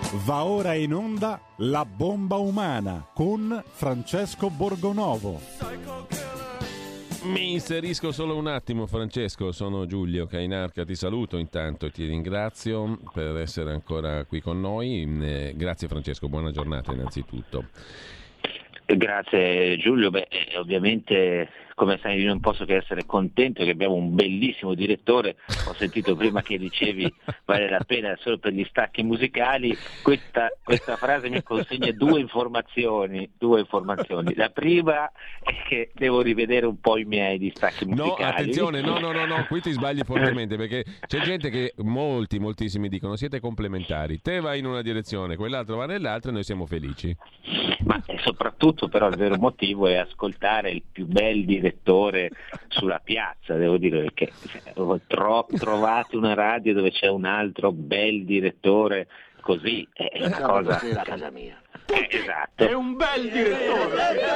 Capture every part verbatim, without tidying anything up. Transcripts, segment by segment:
Va ora in onda La bomba umana con Francesco Borgonovo. Mi inserisco solo un attimo, Francesco, sono Giulio Cainarca, ti saluto intanto e ti ringrazio per essere ancora qui con noi. Eh, grazie Francesco, buona giornata innanzitutto. Grazie Giulio, beh, ovviamente come sai io non posso che essere contento che abbiamo un bellissimo direttore, ho sentito prima che dicevi vale la pena solo per gli stacchi musicali, questa, questa frase mi consegna due informazioni, due informazioni, la prima è che devo rivedere un po' i miei distacchi musicali. No, attenzione, no, no, no, no, qui ti sbagli fortemente perché c'è gente che, molti, moltissimi dicono siete complementari, te vai in una direzione, quell'altro va nell'altra e noi siamo felici. Ma soprattutto però il vero motivo è ascoltare il più bel direttore sulla piazza, devo dire, perché tro- trovate una radio dove c'è un altro bel direttore così è una cosa a casa mia. Eh, esatto. È un bel direttore.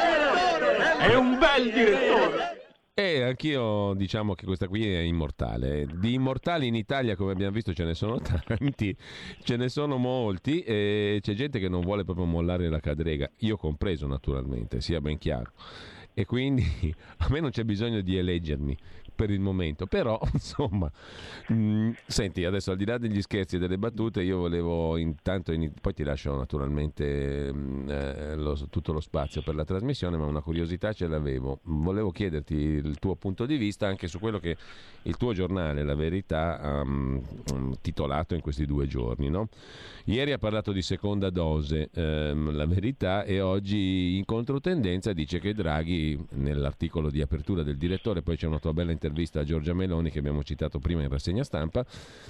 È un bel direttore. E anch'io diciamo che questa qui è immortale. Di immortali in Italia, come abbiamo visto, ce ne sono tanti, ce ne sono molti e c'è gente che non vuole proprio mollare la cadrega, io compreso naturalmente, sia ben chiaro. E quindi a me non c'è bisogno di eleggermi per il momento, però insomma mh, senti, adesso al di là degli scherzi e delle battute io volevo intanto in... poi ti lascio naturalmente mh, eh, lo, tutto lo spazio per la trasmissione, ma una curiosità ce l'avevo, volevo chiederti il tuo punto di vista anche su quello che il tuo giornale La Verità ha um, titolato in questi due giorni, no? Ieri ha parlato di seconda dose ehm, La Verità, e oggi in controtendenza dice che Draghi, nell'articolo di apertura del direttore, poi c'è una tua bella intervista a Giorgia Meloni che abbiamo citato prima in rassegna stampa,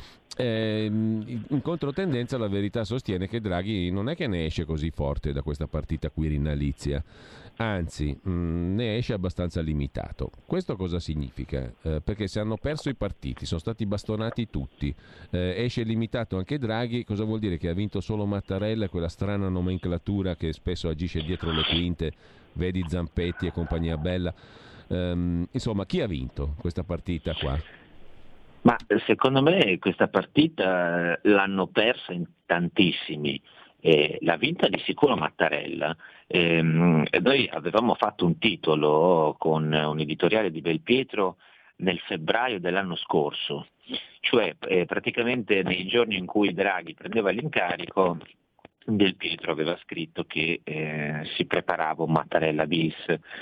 ehm, in controtendenza La Verità sostiene che Draghi non è che ne esce così forte da questa partita quirinalizia, anzi mh, ne esce abbastanza limitato. Questo cosa significa? Eh, perché se hanno perso i partiti, sono stati bastonati tutti, eh, esce limitato anche Draghi, cosa vuol dire? Che ha vinto solo Mattarella, quella strana nomenclatura che spesso agisce dietro le quinte, vedi Zampetti e compagnia bella. Um, insomma, chi ha vinto questa partita qua? Ma secondo me questa partita l'hanno persa in tantissimi. Eh, l'ha vinta di sicuro Mattarella. Eh, noi avevamo fatto un titolo con un editoriale di Belpietro nel febbraio dell'anno scorso, cioè eh, praticamente nei giorni in cui Draghi prendeva l'incarico, Belpietro aveva scritto che eh, si preparava un Mattarella bis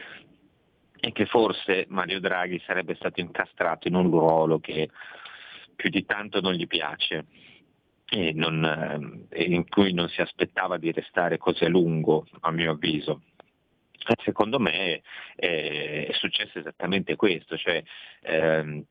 e che forse Mario Draghi sarebbe stato incastrato in un ruolo che più di tanto non gli piace e, non, e in cui non si aspettava di restare così a lungo, a mio avviso. Secondo me eh, è successo esattamente questo, cioè ehm,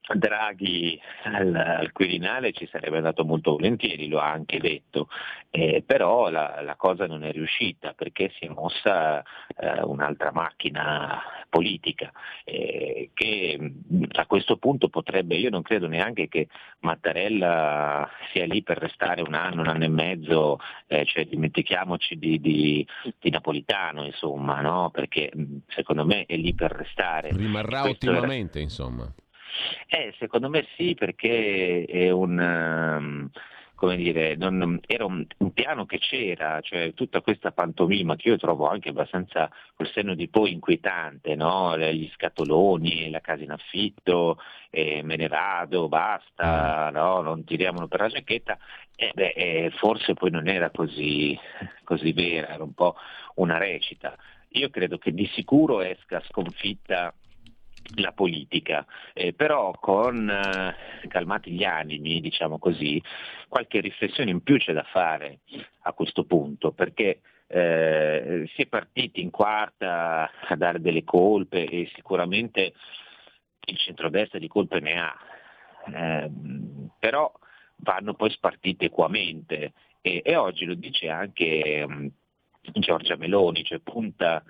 Draghi al, al Quirinale ci sarebbe andato molto volentieri, lo ha anche detto, eh, però la, la cosa non è riuscita perché si è mossa eh, un'altra macchina politica eh, che a questo punto potrebbe, io non credo neanche che Mattarella sia lì per restare un anno, un anno e mezzo, eh, cioè dimentichiamoci di, di, di Napolitano, insomma, no? Perché secondo me è lì per restare. Rimarrà ottimamente, era... insomma. Eh, secondo me sì, perché è un, um, come dire, non, era un, un piano che c'era, cioè tutta questa pantomima che io trovo anche abbastanza col senno di poi inquietante, no? Gli scatoloni, la casa in affitto, eh, me ne vado, basta, no? Non tiriamolo per la giacchetta, eh, beh, eh, forse poi non era così, così vera, era un po' una recita. Io credo che di sicuro esca sconfitta la politica, eh, però con eh, calmati gli animi, diciamo così, qualche riflessione in più c'è da fare a questo punto, perché eh, si è partiti in quarta a dare delle colpe e sicuramente il centrodestra di colpe ne ha, eh, però vanno poi spartite equamente e, e oggi lo dice anche um, Giorgia Meloni, cioè punta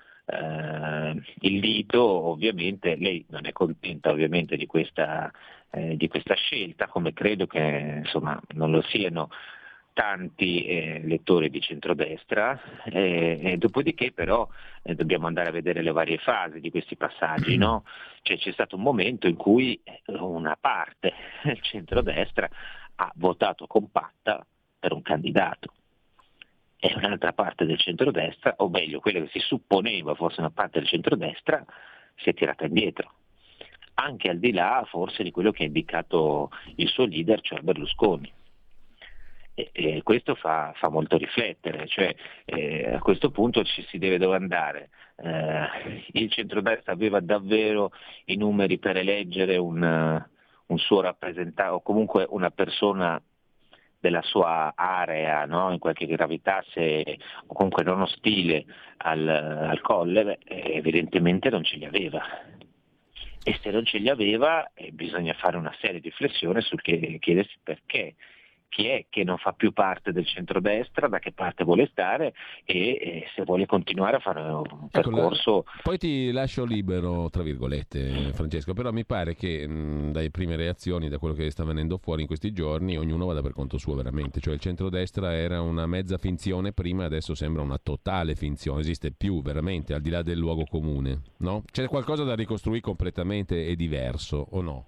Uh, il dito, ovviamente lei non è contenta ovviamente di questa, eh, di questa scelta, come credo che insomma non lo siano tanti eh, lettori di centrodestra, eh, e dopodiché però eh, dobbiamo andare a vedere le varie fasi di questi passaggi, no? Cioè, c'è stato un momento in cui una parte del centrodestra ha votato compatta per un candidato. e un'altra parte del centrodestra, o meglio quella che si supponeva fosse una parte del centrodestra, si è tirata indietro, anche al di là forse di quello che ha indicato il suo leader, cioè Berlusconi. E, e questo fa, fa molto riflettere, cioè eh, a questo punto ci si deve domandare, eh, il centrodestra aveva davvero i numeri per eleggere un, un suo rappresentante o comunque una persona della sua area, no? In qualche gravità se, o comunque non ostile al, al Colle? Beh, evidentemente non ce li aveva. E se non ce li aveva eh, bisogna fare una seria riflessione sul che chiedersi perché. Chi è che non fa più parte del centrodestra, da che parte vuole stare e, e se vuole continuare a fare un percorso. Ecco, la, poi ti lascio libero, tra virgolette, Francesco, però mi pare che mh, dalle prime reazioni, da quello che sta venendo fuori in questi giorni, ognuno vada per conto suo veramente, cioè il centrodestra era una mezza finzione prima, adesso sembra una totale finzione, esiste più veramente al di là del luogo comune, no? C'è qualcosa da ricostruire completamente e diverso, o no?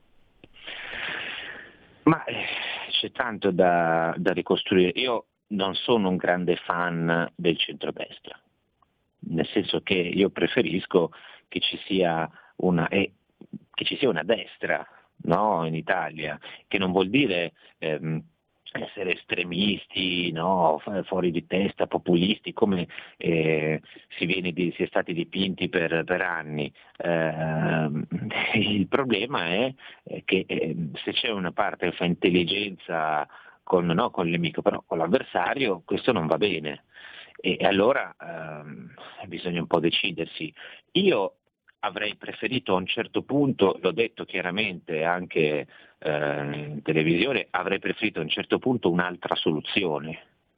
Ma eh, c'è tanto da, da ricostruire. Io non sono un grande fan del centrodestra, nel senso che io preferisco che ci sia una, eh, che ci sia una destra, no, in Italia, che non vuol dire ehm, essere estremisti, no, fuori di testa, populisti, come eh, si, viene di, si è stati dipinti per, per anni. Eh, il problema è che eh, se c'è una parte che fa intelligenza con, no, con il nemico, però con l'avversario, questo non va bene. E allora ehm, bisogna un po' decidersi. Io avrei preferito a un certo punto, l'ho detto chiaramente anche eh, in televisione, avrei preferito a un certo punto un'altra soluzione,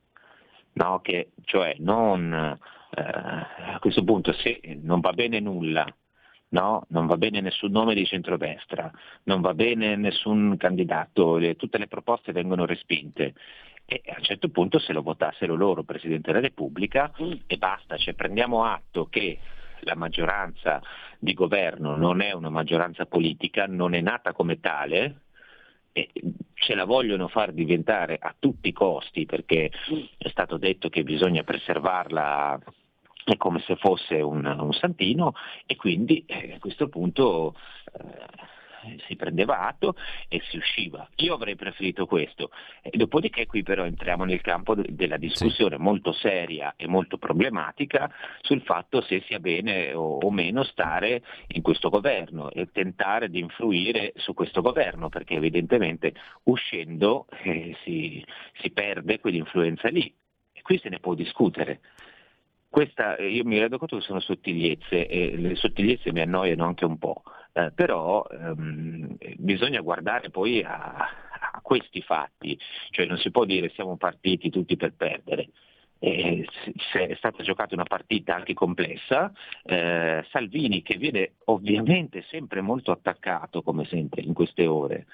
no? Che, cioè non eh, a questo punto se non va bene nulla, no? Non va bene nessun nome di centrodestra, non va bene nessun candidato, le, tutte le proposte vengono respinte. E a un certo punto se lo votassero loro Presidente della Repubblica e basta, cioè prendiamo atto che la maggioranza di governo non è una maggioranza politica, non è nata come tale, e ce la vogliono far diventare a tutti i costi perché è stato detto che bisogna preservarla come se fosse un, un santino e quindi eh, a questo punto eh, si prendeva atto e si usciva. Io avrei preferito questo. E dopodiché qui però entriamo nel campo de- della discussione sì. molto seria e molto problematica sul fatto se sia bene o, o meno stare in questo governo e tentare di influire su questo governo, perché evidentemente uscendo eh, si, si perde quell'influenza lì. E qui se ne può discutere. Questa, io mi rendo conto che sono sottigliezze e le sottigliezze mi annoiano anche un po', eh, però ehm, bisogna guardare poi a, a questi fatti, cioè non si può dire siamo partiti tutti per perdere. Eh, se è stata giocata una partita anche complessa, eh, Salvini che viene ovviamente sempre molto attaccato come sempre in queste ore,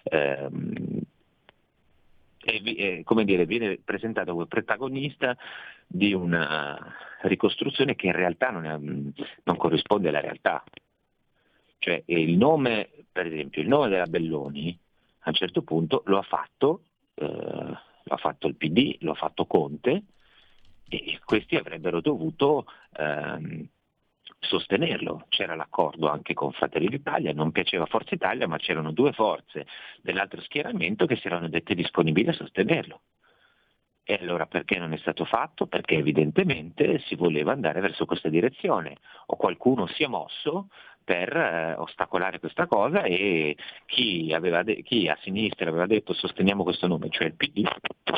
ehm, E, eh, come dire, viene presentato come protagonista di una ricostruzione che in realtà non, è, non corrisponde alla realtà. Cioè il nome, per esempio, il nome della Belloni a un certo punto lo ha fatto, eh, lo ha fatto il P D, lo ha fatto Conte e questi avrebbero dovuto ehm, sostenerlo. C'era l'accordo anche con Fratelli d'Italia, non piaceva Forza Italia, ma c'erano due forze dell'altro schieramento che si erano dette disponibili a sostenerlo. E allora perché non è stato fatto? Perché evidentemente si voleva andare verso questa direzione, o qualcuno si è mosso per eh, ostacolare questa cosa e chi, aveva de- chi a sinistra aveva detto sosteniamo questo nome, cioè il P D,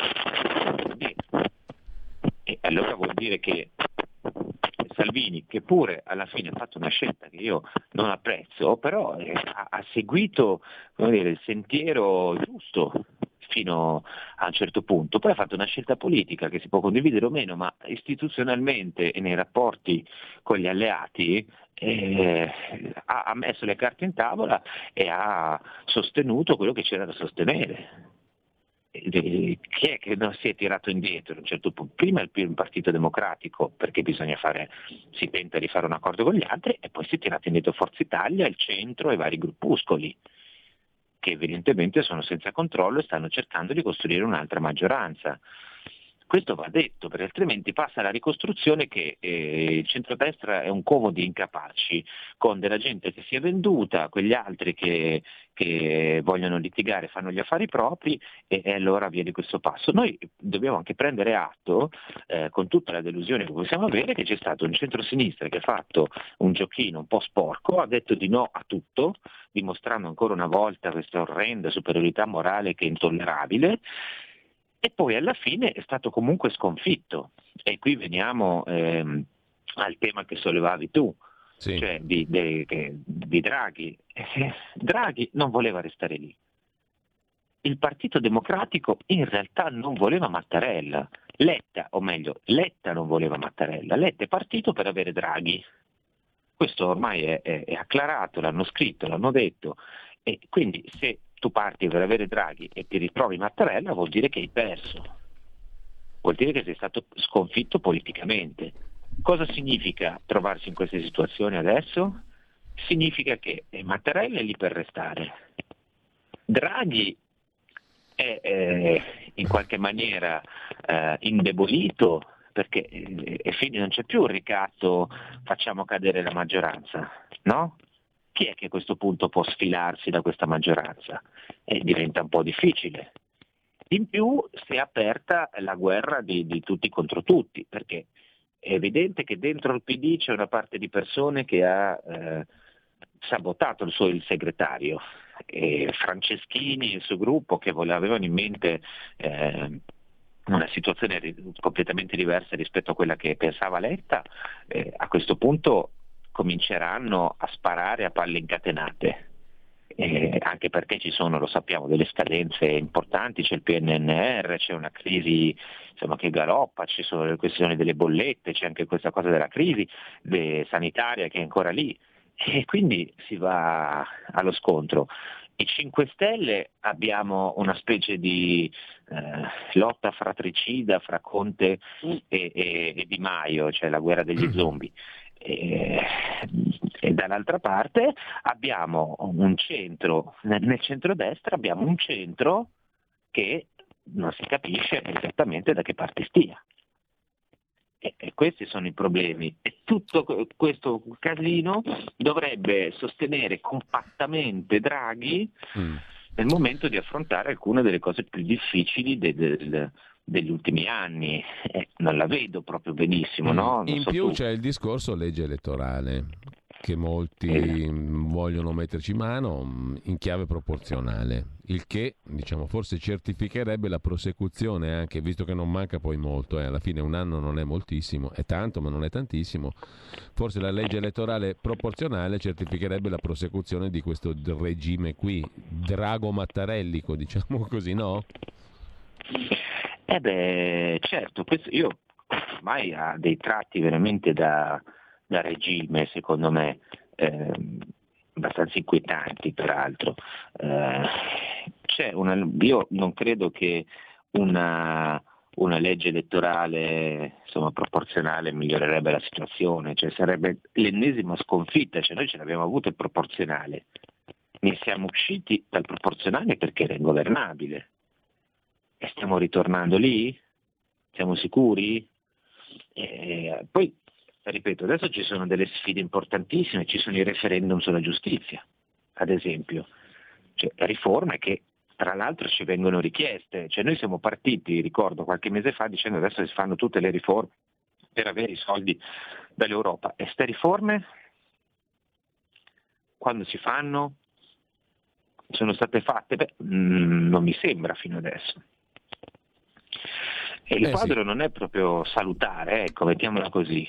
e allora vuol dire che Salvini, che pure alla fine ha fatto una scelta che io non apprezzo, però eh, ha, ha seguito come dire, il sentiero giusto fino a un certo punto, poi ha fatto una scelta politica che si può condividere o meno, ma istituzionalmente e nei rapporti con gli alleati eh, ha, ha messo le carte in tavola e ha sostenuto quello che c'era da sostenere. Chi è che non si è tirato indietro a un certo punto? Prima il Partito Democratico, perché bisogna fare, si tenta di fare un accordo con gli altri, e poi si è tirato indietro Forza Italia, il centro e i vari gruppuscoli, che evidentemente sono senza controllo e stanno cercando di costruire un'altra maggioranza. Questo va detto, perché altrimenti passa la ricostruzione che eh, il centrodestra è un covo di incapaci, con della gente che si è venduta, quegli altri che, che vogliono litigare, fanno gli affari propri e, e allora viene questo passo. Noi dobbiamo anche prendere atto, eh, con tutta la delusione che possiamo avere, che c'è stato un centrosinistra che ha fatto un giochino un po' sporco, ha detto di no a tutto, dimostrando ancora una volta questa orrenda superiorità morale che è intollerabile, e poi alla fine è stato comunque sconfitto. E qui veniamo ehm, al tema che sollevavi tu, sì. cioè di, di, di Draghi. Eh, Draghi non voleva restare lì. Il Partito Democratico in realtà non voleva Mattarella. Letta, o meglio, Letta non voleva Mattarella. Letta è partito per avere Draghi. Questo ormai è, è, è acclarato, l'hanno scritto, l'hanno detto. E quindi se tu parti per avere Draghi e ti ritrovi Mattarella vuol dire che hai perso, vuol dire che sei stato sconfitto politicamente. Cosa significa trovarsi in queste situazioni adesso? Significa che Mattarella è lì per restare, Draghi è eh, in qualche maniera eh, indebolito, perché eh, e quindi non c'è più il ricatto facciamo cadere la maggioranza, no? Chi è che a questo punto può sfilarsi da questa maggioranza? E diventa un po' difficile. In più si è aperta la guerra di, di tutti contro tutti, perché è evidente che dentro il P D c'è una parte di persone che ha eh, sabotato il suo il segretario, e Franceschini e il suo gruppo che avevano in mente eh, una situazione completamente diversa rispetto a quella che pensava Letta, eh, a questo punto cominceranno a sparare a palle incatenate, eh, anche perché ci sono, lo sappiamo, delle scadenze importanti, c'è il P N R R, c'è una crisi insomma, che galoppa, ci sono le questioni delle bollette, c'è anche questa cosa della crisi sanitaria che è ancora lì, e quindi si va allo scontro. I cinque Stelle abbiamo una specie di eh, lotta fratricida fra Conte e, e, e Di Maio, cioè la guerra degli zombie. E, e dall'altra parte abbiamo un centro, nel, nel centrodestra abbiamo un centro che non si capisce esattamente da che parte stia. E, e questi sono i problemi. E tutto questo casino dovrebbe sostenere compattamente Draghi mm. nel momento di affrontare alcune delle cose più difficili de, de, de, degli ultimi anni. Eh, non la vedo proprio benissimo, no? Non In so più tu. C'è il discorso legge elettorale, che molti esatto. vogliono metterci mano in chiave proporzionale, il che diciamo forse certificherebbe la prosecuzione, anche visto che non manca poi molto, eh, alla fine un anno non è moltissimo, è tanto ma non è tantissimo, forse la legge elettorale proporzionale certificherebbe la prosecuzione di questo regime qui, Drago-Mattarellico, diciamo così, no? Eh beh, certo, questo io ormai ha dei tratti veramente da da regime, secondo me, eh, abbastanza inquietanti peraltro. Eh, c'è una, io non credo che una, una legge elettorale insomma, proporzionale migliorerebbe la situazione, cioè sarebbe l'ennesima sconfitta, cioè noi ce l'abbiamo avuto il proporzionale, ne siamo usciti dal proporzionale perché era ingovernabile e stiamo ritornando lì? Siamo sicuri? E poi ripeto, adesso ci sono delle sfide importantissime, ci sono i referendum sulla giustizia, ad esempio, cioè riforme che tra l'altro ci vengono richieste, cioè noi siamo partiti, ricordo qualche mese fa, dicendo adesso si fanno tutte le riforme per avere i soldi dall'Europa, e ste riforme quando si fanno? Sono state fatte? Beh, mh, non mi sembra fino adesso. E il eh quadro sì. non è proprio salutare, ecco, mettiamola così.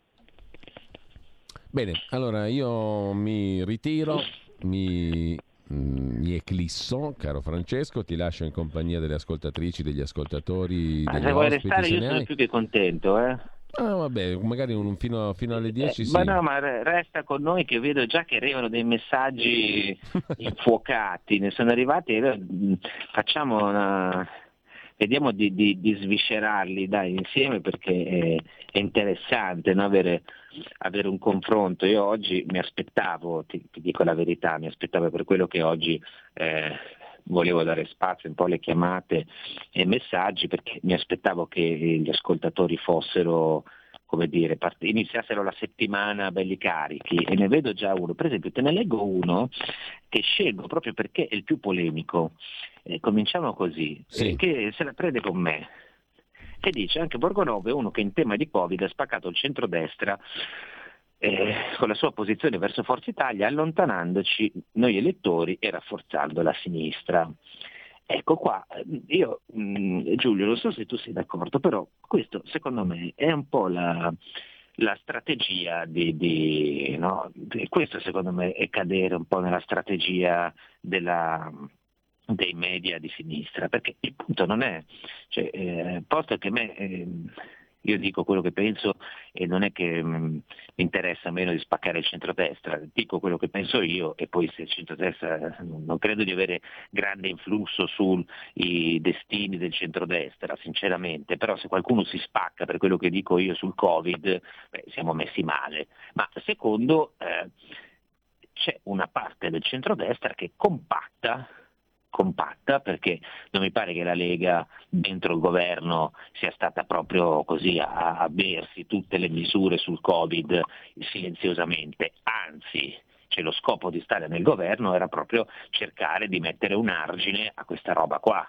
Bene, allora io mi ritiro, mi, mi eclisso, caro Francesco, ti lascio in compagnia delle ascoltatrici, degli ascoltatori, Ma degli se vuoi ospiti, restare se io ne sono hai. più che contento, eh. Ah, vabbè, magari un, fino, fino alle dieci eh, sì. Ma no, ma resta con noi che vedo già che arrivano dei messaggi infuocati, ne sono arrivati, facciamo una... Vediamo di, di, di sviscerarli dai, insieme, perché è, è interessante, no? avere, avere un confronto. Io oggi mi aspettavo, ti, ti dico la verità, mi aspettavo per quello che oggi eh, volevo dare spazio un po' alle chiamate e messaggi, perché mi aspettavo che gli ascoltatori fossero, come dire, part- iniziassero la settimana belli carichi, e ne vedo già uno. Per esempio te ne leggo uno che scelgo proprio perché è il più polemico. Eh, cominciamo così, sì. eh, che se la prende con me, che dice: anche Borgonovo è uno che in tema di Covid ha spaccato il centrodestra eh, con la sua posizione verso Forza Italia, allontanandoci noi elettori e rafforzando la sinistra. Ecco qua, io mh, Giulio, non so se tu sei d'accordo, però questo secondo me è un po' la, la strategia di, di no? Questo secondo me è cadere un po' nella strategia della, dei media di sinistra, perché il punto non è, cioè, eh, posto che me, eh, io dico quello che penso e non è che mi interessa meno di spaccare il centrodestra, dico quello che penso io, e poi se il centrodestra, non credo di avere grande influsso sui destini del centrodestra, sinceramente, però se qualcuno si spacca per quello che dico io sul Covid, beh, siamo messi male. Ma secondo, eh, c'è una parte del centrodestra che è compatta, compatta, perché non mi pare che la Lega dentro il governo sia stata proprio così a, a bersi tutte le misure sul Covid silenziosamente, anzi, cioè, lo scopo di stare nel governo era proprio cercare di mettere un argine a questa roba qua,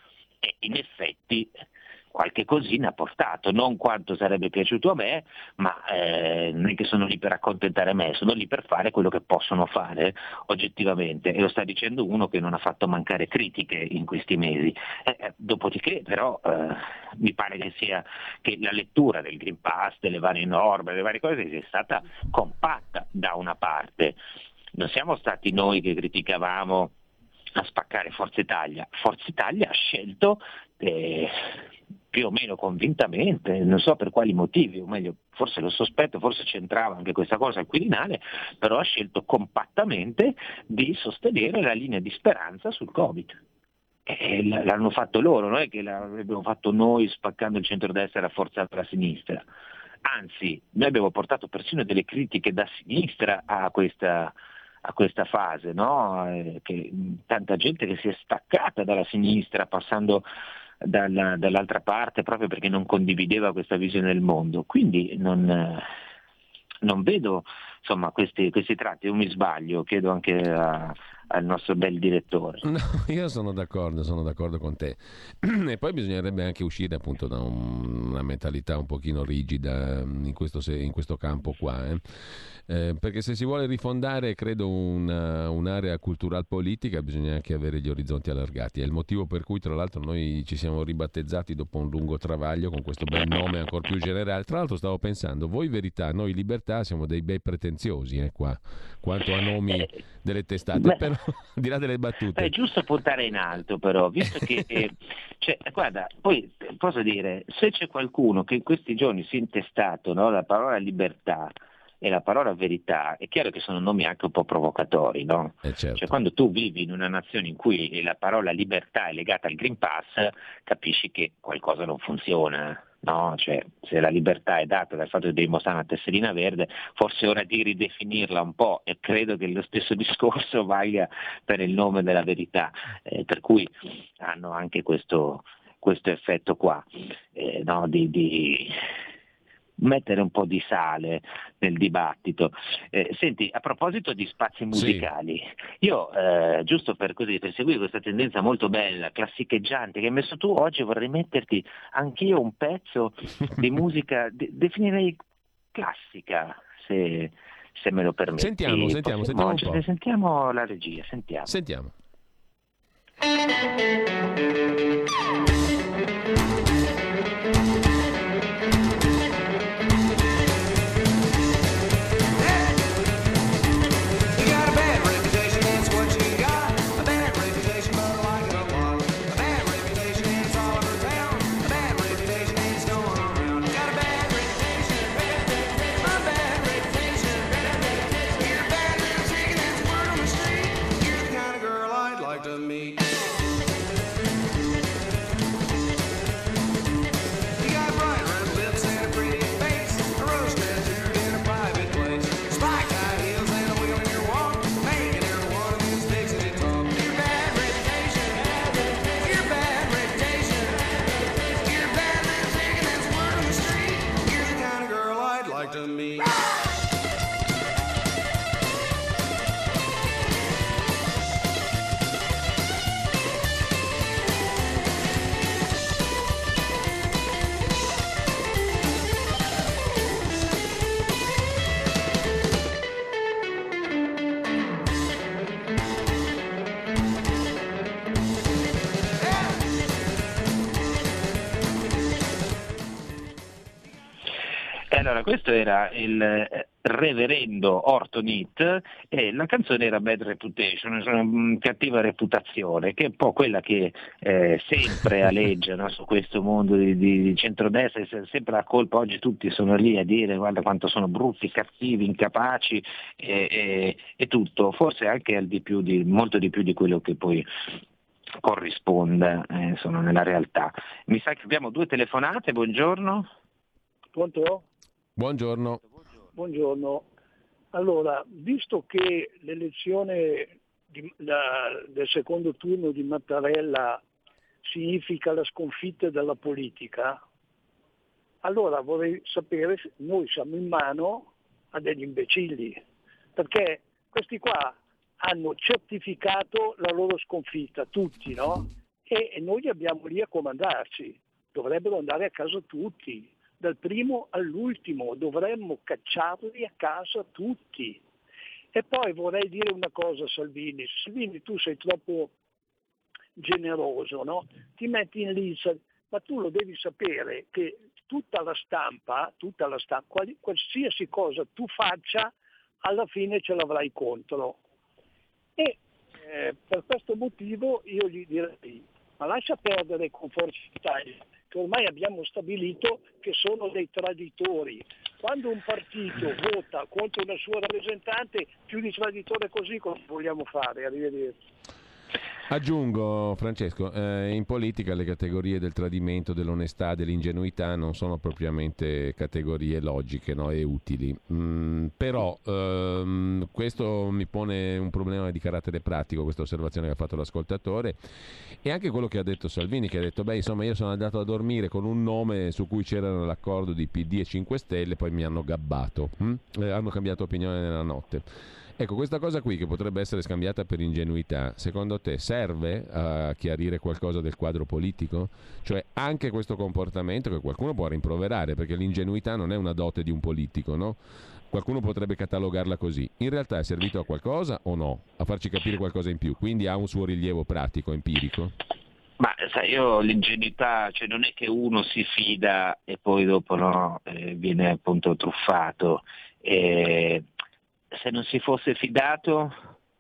e in effetti qualche cosina ha portato, non quanto sarebbe piaciuto a me, ma eh, non è che sono lì per accontentare me, sono lì per fare quello che possono fare oggettivamente, e lo sta dicendo uno che non ha fatto mancare critiche in questi mesi. Eh, dopodiché però eh, mi pare che sia che la lettura del Green Pass, delle varie norme, delle varie cose, sia stata compatta da una parte. Non siamo stati noi che criticavamo a spaccare Forza Italia, Forza Italia ha scelto eh, più o meno convintamente, non so per quali motivi, o meglio, forse lo sospetto, forse c'entrava anche questa cosa al Quirinale, però ha scelto compattamente di sostenere la linea di Speranza sul Covid. E l'hanno fatto loro, non è che l'abbiamo fatto noi spaccando il centrodestra e rafforzando la sinistra. Anzi, noi abbiamo portato persino delle critiche da sinistra a questa a questa fase, no? Eh, che tanta gente che si è staccata dalla sinistra passando dalla, dall'altra parte proprio perché non condivideva questa visione del mondo. Quindi non, eh, non vedo insomma questi, questi tratti, io mi sbaglio, chiedo anche a, al nostro bel direttore. No, io sono d'accordo, sono d'accordo con te. E poi bisognerebbe anche uscire appunto da un, una mentalità un pochino rigida in questo, in questo campo qua, eh. Eh, perché se si vuole rifondare, credo, una, un'area cultural politica, bisogna anche avere gli orizzonti allargati. È il motivo per cui, tra l'altro, noi ci siamo ribattezzati dopo un lungo travaglio con questo bel nome ancora più generale. Tra l'altro stavo pensando, voi Verità, noi Libertà, siamo dei bei pretenziosi eh, qua, quanto a nomi delle testate. Beh, però, al di là delle battute. È giusto puntare in alto, però, visto che, eh, cioè, guarda, poi posso dire, se c'è qualcuno che in questi giorni si è intestato, no, la parola libertà e la parola verità, è chiaro che sono nomi anche un po' provocatori, no? Eh certo. Cioè, quando tu vivi in una nazione in cui la parola libertà è legata al Green Pass, capisci che qualcosa non funziona, no? Cioè, se la libertà è data dal fatto che devi mostrare una tesserina verde, forse è ora di ridefinirla un po', e credo che lo stesso discorso valga per il nome della verità, eh, per cui hanno anche questo, questo effetto qua, eh, no? di, di mettere un po' di sale nel dibattito. Eh, senti, a proposito di spazi musicali, sì. io eh, giusto per così per seguire questa tendenza molto bella, classicheggiante che hai messo tu, oggi vorrei metterti anch'io un pezzo di musica, de- definirei classica, se, se me lo permetti. Sentiamo, sentiamo, sentiamo un po'. Sentiamo la regia, sentiamo. Sentiamo. allora questo era il eh, reverendo Orton Heat e la canzone era Bad Reputation, cioè, mh, cattiva reputazione, che è un po' quella che eh, sempre aleggia, no, su questo mondo di, di, di centrodestra, e sempre la colpa, oggi tutti sono lì a dire guarda quanto sono brutti, cattivi, incapaci e, e, e tutto, forse anche al di più di, molto di più di quello che poi corrisponde eh, insomma, nella realtà. Mi sa che abbiamo due telefonate, buongiorno. Pronto? Buongiorno. Buongiorno. Allora, visto che l'elezione di, la, del secondo turno di Mattarella significa la sconfitta della politica, allora vorrei sapere se noi siamo in mano a degli imbecilli, perché questi qua hanno certificato la loro sconfitta, tutti, no? E, e noi abbiamo lì a comandarci, dovrebbero andare a casa tutti. Dal primo all'ultimo, dovremmo cacciarli a casa tutti. E poi vorrei dire una cosa a Salvini. Salvini, tu sei troppo generoso, no? Ti metti in lista, ma tu lo devi sapere che tutta la stampa, tutta la stampa, quali, qualsiasi cosa tu faccia, alla fine ce l'avrai contro. E eh, per questo motivo io gli direi, ma lascia perdere con Forza Italia, che ormai abbiamo stabilito che sono dei traditori. Quando un partito vota contro una sua rappresentante, più di traditore così cosa vogliamo fare? Arrivederci. Aggiungo, Francesco, eh, in politica le categorie del tradimento, dell'onestà, dell'ingenuità non sono propriamente categorie logiche, no, e utili. Mm, però ehm, questo mi pone un problema di carattere pratico, questa osservazione che ha fatto l'ascoltatore, e anche quello che ha detto Salvini, che ha detto, beh, insomma, io sono andato a dormire con un nome su cui c'era l'accordo di P D e cinque Stelle, poi mi hanno gabbato, hm? eh, hanno cambiato opinione nella notte. Ecco, questa cosa qui che potrebbe essere scambiata per ingenuità, secondo te serve a chiarire qualcosa del quadro politico? Cioè anche questo comportamento che qualcuno può rimproverare, perché l'ingenuità non è una dote di un politico, no? Qualcuno potrebbe catalogarla così. In realtà è servito a qualcosa o no? A farci capire qualcosa in più, quindi ha un suo rilievo pratico, empirico? Ma sai, io l'ingenuità, cioè non è che uno si fida e poi dopo no, eh, viene appunto truffato. Eh, se non si fosse fidato,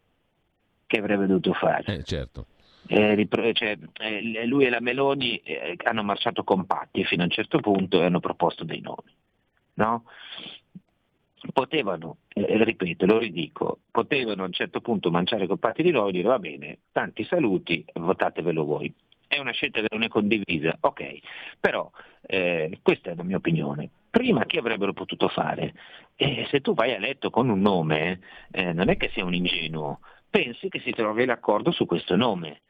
che avrebbe dovuto fare? Eh, certo. Eh, ripro- cioè, eh, lui e la Meloni eh, hanno marciato compatti fino a un certo punto e hanno proposto dei nomi, no? Potevano, eh, ripeto, lo ridico, potevano a un certo punto marciare compatti di noi e dire va bene, tanti saluti, votatevelo voi. È una scelta che non è condivisa, ok, però eh, questa è la mia opinione. Prima che avrebbero potuto fare? Eh, se tu vai a letto con un nome, eh, non è che sei un ingenuo, pensi che si trovi l'accordo su questo nome.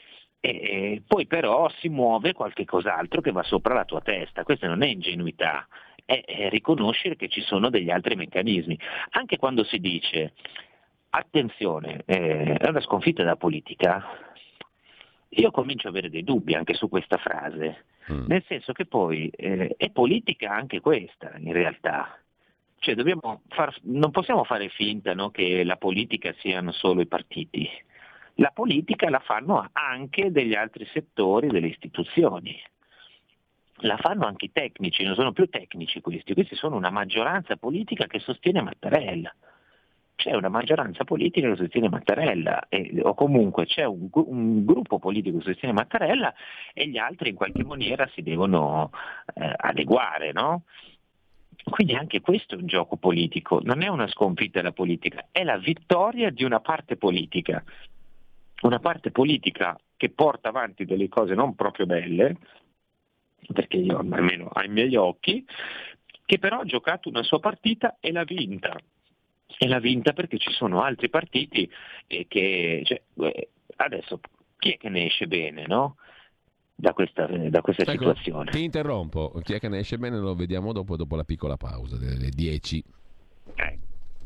E poi però si muove qualche cos'altro che va sopra la tua testa, questa non è ingenuità, è, è riconoscere che ci sono degli altri meccanismi. Anche quando si dice, attenzione, eh, è una sconfitta della politica, io comincio ad avere dei dubbi anche su questa frase, mm. nel senso che poi eh, è politica anche questa in realtà. Cioè dobbiamo far, non possiamo fare finta, no, che la politica siano solo i partiti. La politica la fanno anche degli altri settori delle istituzioni, la fanno anche i tecnici, non sono più tecnici questi, questi sono una maggioranza politica che sostiene Mattarella. C'è una maggioranza politica che sostiene Mattarella, e, o comunque c'è un, un gruppo politico che sostiene Mattarella e gli altri in qualche maniera si devono eh, adeguare, no? Quindi anche questo è un gioco politico, non è una sconfitta della politica, è la vittoria di una parte politica, una parte politica che porta avanti delle cose non proprio belle, perché io almeno ai miei occhi, che però ha giocato una sua partita e l'ha vinta. E l'ha vinta perché ci sono altri partiti eh, che, cioè, eh, adesso chi è che ne esce bene, no? Da questa, da questa ecco, situazione. Ti interrompo, chi è che ne esce bene lo vediamo dopo, dopo la piccola pausa delle dieci. Eh.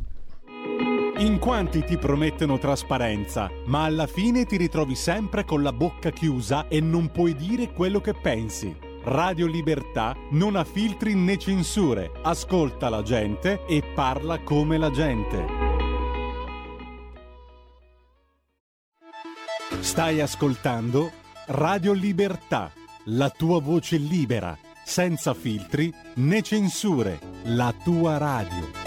In quanti ti promettono trasparenza, ma alla fine ti ritrovi sempre con la bocca chiusa e non puoi dire quello che pensi. Radio Libertà non ha filtri né censure, ascolta la gente e parla come la gente. Stai ascoltando Radio Libertà, la tua voce libera, senza filtri né censure, la tua radio.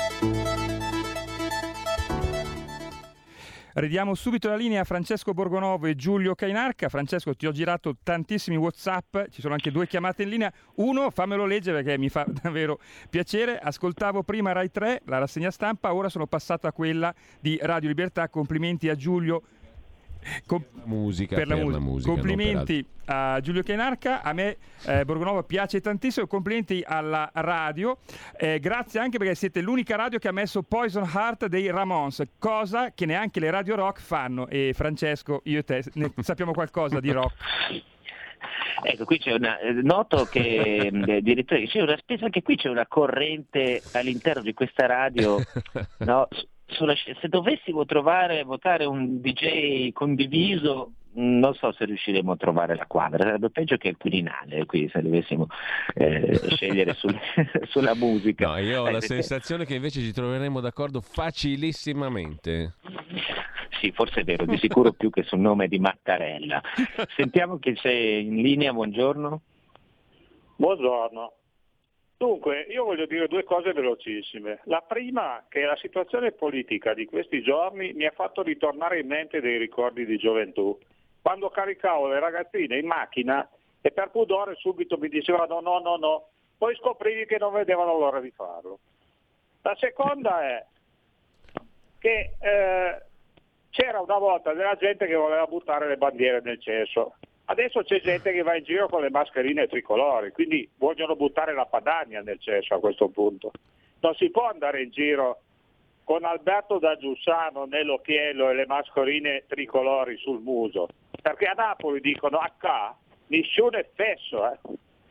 Ridiamo subito la linea a Francesco Borgonovo e Giulio Cainarca. Francesco, ti ho girato tantissimi WhatsApp, ci sono anche due chiamate in linea. Uno, fammelo leggere perché mi fa davvero piacere. Ascoltavo prima Rai tre, la rassegna stampa, ora sono passato a quella di Radio Libertà. Complimenti a Giulio. Com- per la musica, per la per mus- la musica complimenti a Giulio Cainarca. A me eh, Borgonovo piace tantissimo. Complimenti alla radio, eh, grazie anche perché siete l'unica radio che ha messo Poison Heart dei Ramones, cosa che neanche le radio rock fanno. E Francesco, io e te ne sappiamo qualcosa di rock. Ecco, qui c'è una, noto che direttore, c'è una spesa, anche qui c'è una corrente all'interno di questa radio, no? Sulla, se dovessimo trovare, votare un D J condiviso, non so se riusciremo a trovare la quadra, sarebbe peggio che il Quirinale qui se dovessimo eh, scegliere sul, sulla musica. No, io ho eh, la perché... sensazione che invece ci troveremo d'accordo facilissimamente. Sì, forse è vero, di sicuro più che sul nome di Mattarella. Sentiamo chi c'è in linea, buongiorno. Buongiorno. Dunque, io voglio dire due cose velocissime. La prima, che la situazione politica di questi giorni mi ha fatto ritornare in mente dei ricordi di gioventù. Quando caricavo le ragazzine in macchina e per pudore subito mi dicevano no, no, no, poi scoprivi che non vedevano l'ora di farlo. La seconda è che eh, c'era una volta della gente che voleva buttare le bandiere nel cesso. Adesso c'è gente che va in giro con le mascherine tricolori, quindi vogliono buttare la padania nel cesso a questo punto. Non si può andare in giro con Alberto da Giussano nell'occhiello e le mascherine tricolori sul muso, perché a Napoli dicono H, nessuno è fesso. Eh.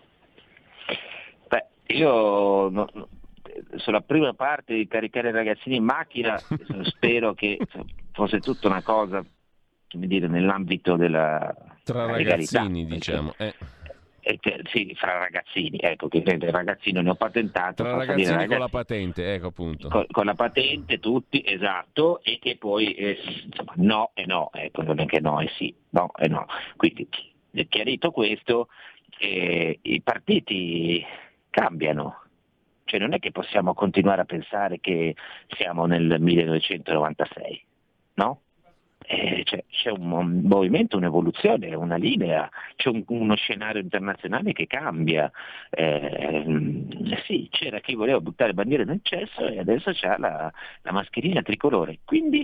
Beh, io no, no, sulla prima parte di caricare i ragazzini in macchina spero che fosse tutta una cosa, come dire, nell'ambito della tra ragazzini, diciamo eh. Eh, sì, fra ragazzini, ecco, che il ragazzino ne ho patentato tra ragazzini ragazzini, con la patente, ecco appunto con, con la patente tutti, esatto, e che poi eh, insomma, no e no, ecco, non è che no e sì, no e no, quindi chiarito questo, eh, i partiti cambiano, cioè non è che possiamo continuare a pensare che siamo nel millenovecentonovantasei, no? Eh, c'è, c'è un, un movimento, un'evoluzione, una linea, c'è un, uno scenario internazionale che cambia. Eh, sì, c'era chi voleva buttare bandiere nel cesso e adesso c'ha la, la mascherina tricolore. Quindi,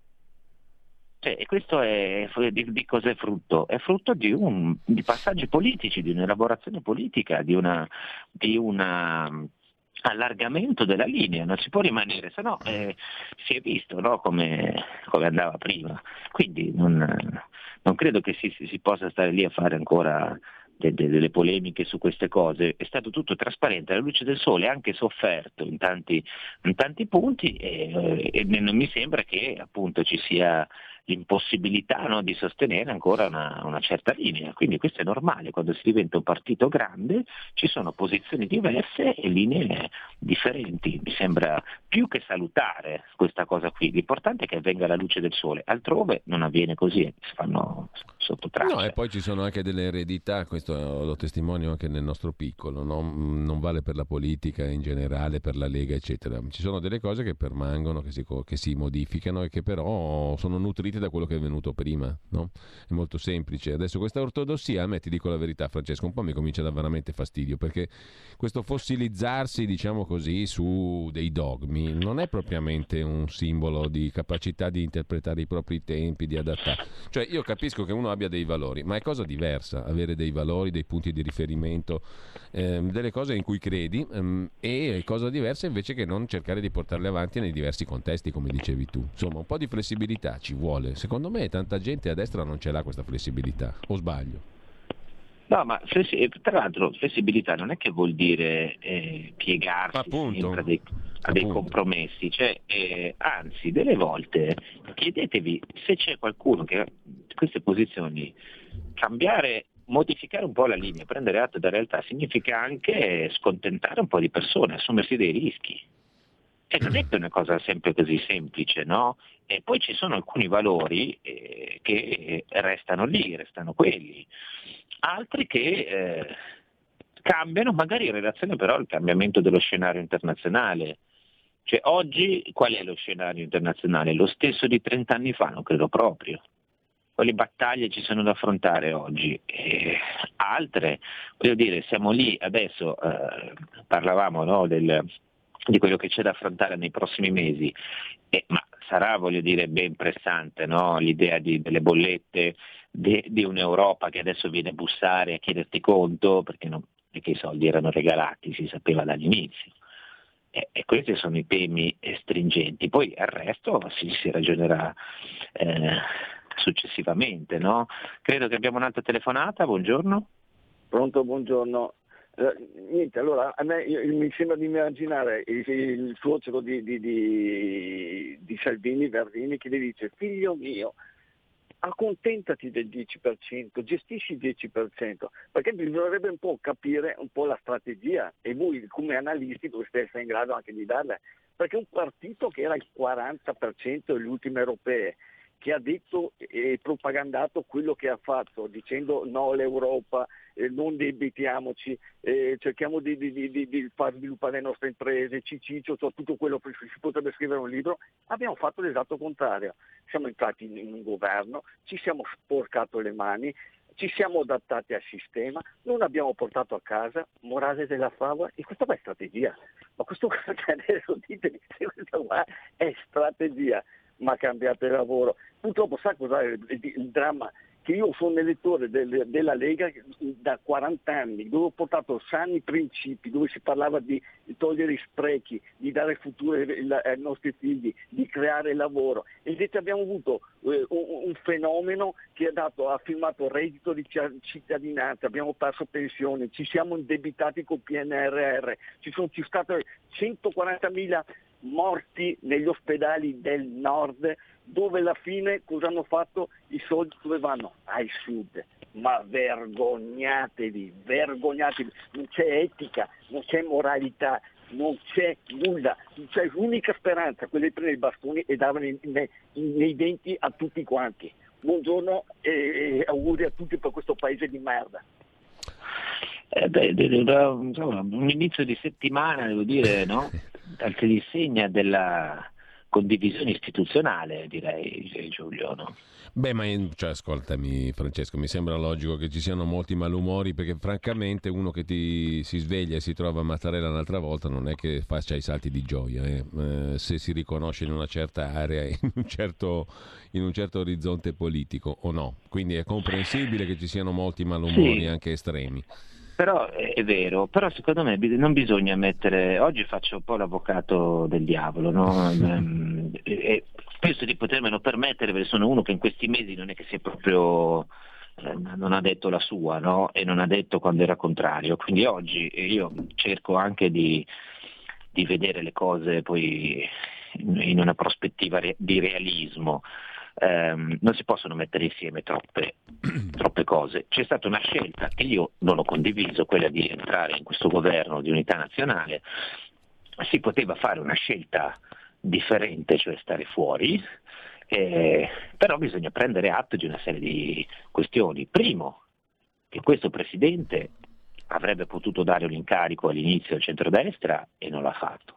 cioè, e questo è di, di cosa è frutto? È frutto di, un, di passaggi politici, di un'elaborazione politica, di una, di una allargamento della linea, non si può rimanere, se no eh, si è visto, no, come, come andava prima, quindi non, non credo che si, si possa stare lì a fare ancora de, de, delle polemiche su queste cose. È stato tutto trasparente alla luce del sole, anche sofferto in tanti, in tanti punti e, e non mi sembra che appunto ci sia l'impossibilità, no, di sostenere ancora una, una certa linea, quindi questo è normale, quando si diventa un partito grande ci sono posizioni diverse e linee differenti, mi sembra più che salutare questa cosa qui, l'importante è che avvenga alla luce del sole, altrove non avviene così, si fanno sotto traccia. No, e poi ci sono anche delle eredità, questo lo testimonio anche nel nostro piccolo, no? Non vale per la politica in generale, per la Lega eccetera, ci sono delle cose che permangono, che si, che si modificano e che però sono nutrite da quello che è venuto prima, no? È molto semplice. Adesso questa ortodossia, a me, ti dico la verità Francesco, un po' mi comincia a dar veramente fastidio, perché questo fossilizzarsi, diciamo così, su dei dogmi non è propriamente un simbolo di capacità di interpretare i propri tempi, di adattare. Cioè io capisco che uno abbia dei valori, ma è cosa diversa avere dei valori, dei punti di riferimento, ehm, delle cose in cui credi, ehm, e cosa diversa invece che non cercare di portarle avanti nei diversi contesti, come dicevi tu. Insomma, un po' di flessibilità ci vuole. Secondo me tanta gente a destra non ce l'ha questa flessibilità, o sbaglio? No, ma tra l'altro flessibilità non è che vuol dire eh, piegarsi Appunto. sempre a dei, a dei compromessi, cioè, eh, anzi delle volte chiedetevi se c'è qualcuno che ha queste posizioni, cambiare, modificare un po' la linea, prendere atto della realtà significa anche scontentare un po' di persone, assumersi dei rischi. E non è che è una cosa sempre così semplice, no? E poi ci sono alcuni valori eh, che restano lì, restano quelli, altri che, eh, cambiano magari in relazione però al cambiamento dello scenario internazionale. Cioè oggi qual è lo scenario internazionale? Lo stesso di trent'anni fa? Non credo proprio. Quali battaglie ci sono da affrontare oggi? E altre, voglio dire, siamo lì adesso, eh, parlavamo no, del, di quello che c'è da affrontare nei prossimi mesi, eh, ma sarà, voglio dire, ben pressante no? l'idea di, delle bollette, di, di un'Europa che adesso viene a bussare a chiederti conto, perché, non, perché i soldi erano regalati, si sapeva dall'inizio. E, e questi sono i temi stringenti. Poi al resto si, si ragionerà eh, successivamente, no? Credo che abbiamo un'altra telefonata, buongiorno. Pronto, buongiorno. Eh, niente, allora a me io, mi sembra di immaginare il, il suocero di, di, di, di Salvini, Verdini, che gli dice: figlio mio, accontentati del dieci per cento, gestisci il dieci per cento, perché bisognerebbe un po' capire un po' la strategia, e voi come analisti dovreste essere in grado anche di darla, perché un partito che era il quaranta per cento delle ultime europee, che ha detto e propagandato quello che ha fatto, dicendo no all'Europa, eh, non debitiamoci, eh, cerchiamo di, di, di, di far sviluppare le nostre imprese, ciciccio, cioè tutto quello che si potrebbe scrivere un libro, abbiamo fatto l'esatto contrario. Siamo entrati in, in un governo, ci siamo sporcato le mani, ci siamo adattati al sistema, non abbiamo portato a casa, morale della favola, e questa qua è strategia. Ma questo che adesso dite, questa qua è strategia. Ma cambiate lavoro. Purtroppo sa cos'è il, il, il dramma? Che io sono elettore del, della Lega da quaranta anni, dove ho portato sani principi, dove si parlava di, di togliere i sprechi, di dare futuro ai, ai nostri figli, di creare lavoro. E invece abbiamo avuto eh, un, un fenomeno che ha, dato, ha firmato reddito di cittadinanza, abbiamo perso pensioni, ci siamo indebitati col P N R R, ci sono ci state centoquarantamila morti negli ospedali del nord, dove alla fine cosa hanno fatto? I soldi dove vanno? Al sud. Ma vergognatevi, vergognatevi, non c'è etica, non c'è moralità, non c'è nulla, c'è l'unica speranza, quella di prendere i bastoni e darli nei, nei denti a tutti quanti. Buongiorno e, e auguri a tutti per questo paese di merda. Eh beh, insomma, un inizio di settimana, devo dire, no? All'insegna della condivisione istituzionale, direi, Giulio, no? Beh, ma cioè, ascoltami Francesco, mi sembra logico che ci siano molti malumori, perché francamente uno che ti si sveglia e si trova a Mattarella un'altra volta non è che faccia i salti di gioia, eh? Eh, se si riconosce in una certa area, in un certo, in un certo orizzonte politico o no. Quindi è comprensibile che ci siano molti malumori, sì, anche estremi. Però è vero, però secondo me non bisogna mettere, oggi faccio un po' l'avvocato del diavolo, no? E penso di potermelo permettere, perché sono uno che in questi mesi non è che sia proprio, eh, non ha detto la sua, no? E non ha detto quando era contrario, quindi oggi io cerco anche di, di vedere le cose poi in una prospettiva di realismo. Um, non si possono mettere insieme troppe, troppe cose. C'è stata una scelta che io non ho condiviso, quella di entrare in questo governo di unità nazionale. Si poteva fare una scelta differente, cioè stare fuori, eh, però bisogna prendere atto di una serie di questioni. Primo, che questo presidente avrebbe potuto dare un incarico all'inizio al centrodestra e non l'ha fatto.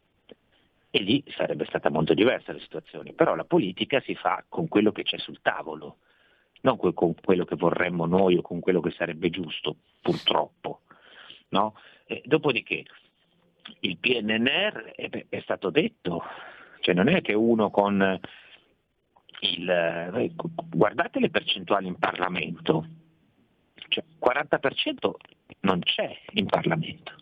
E lì sarebbe stata molto diversa la situazione, però la politica si fa con quello che c'è sul tavolo, non con quello che vorremmo noi o con quello che sarebbe giusto, purtroppo. No? E dopodiché il P N R è, è stato detto, cioè non è che uno con il... guardate le percentuali in Parlamento, cioè quaranta per cento non c'è in Parlamento.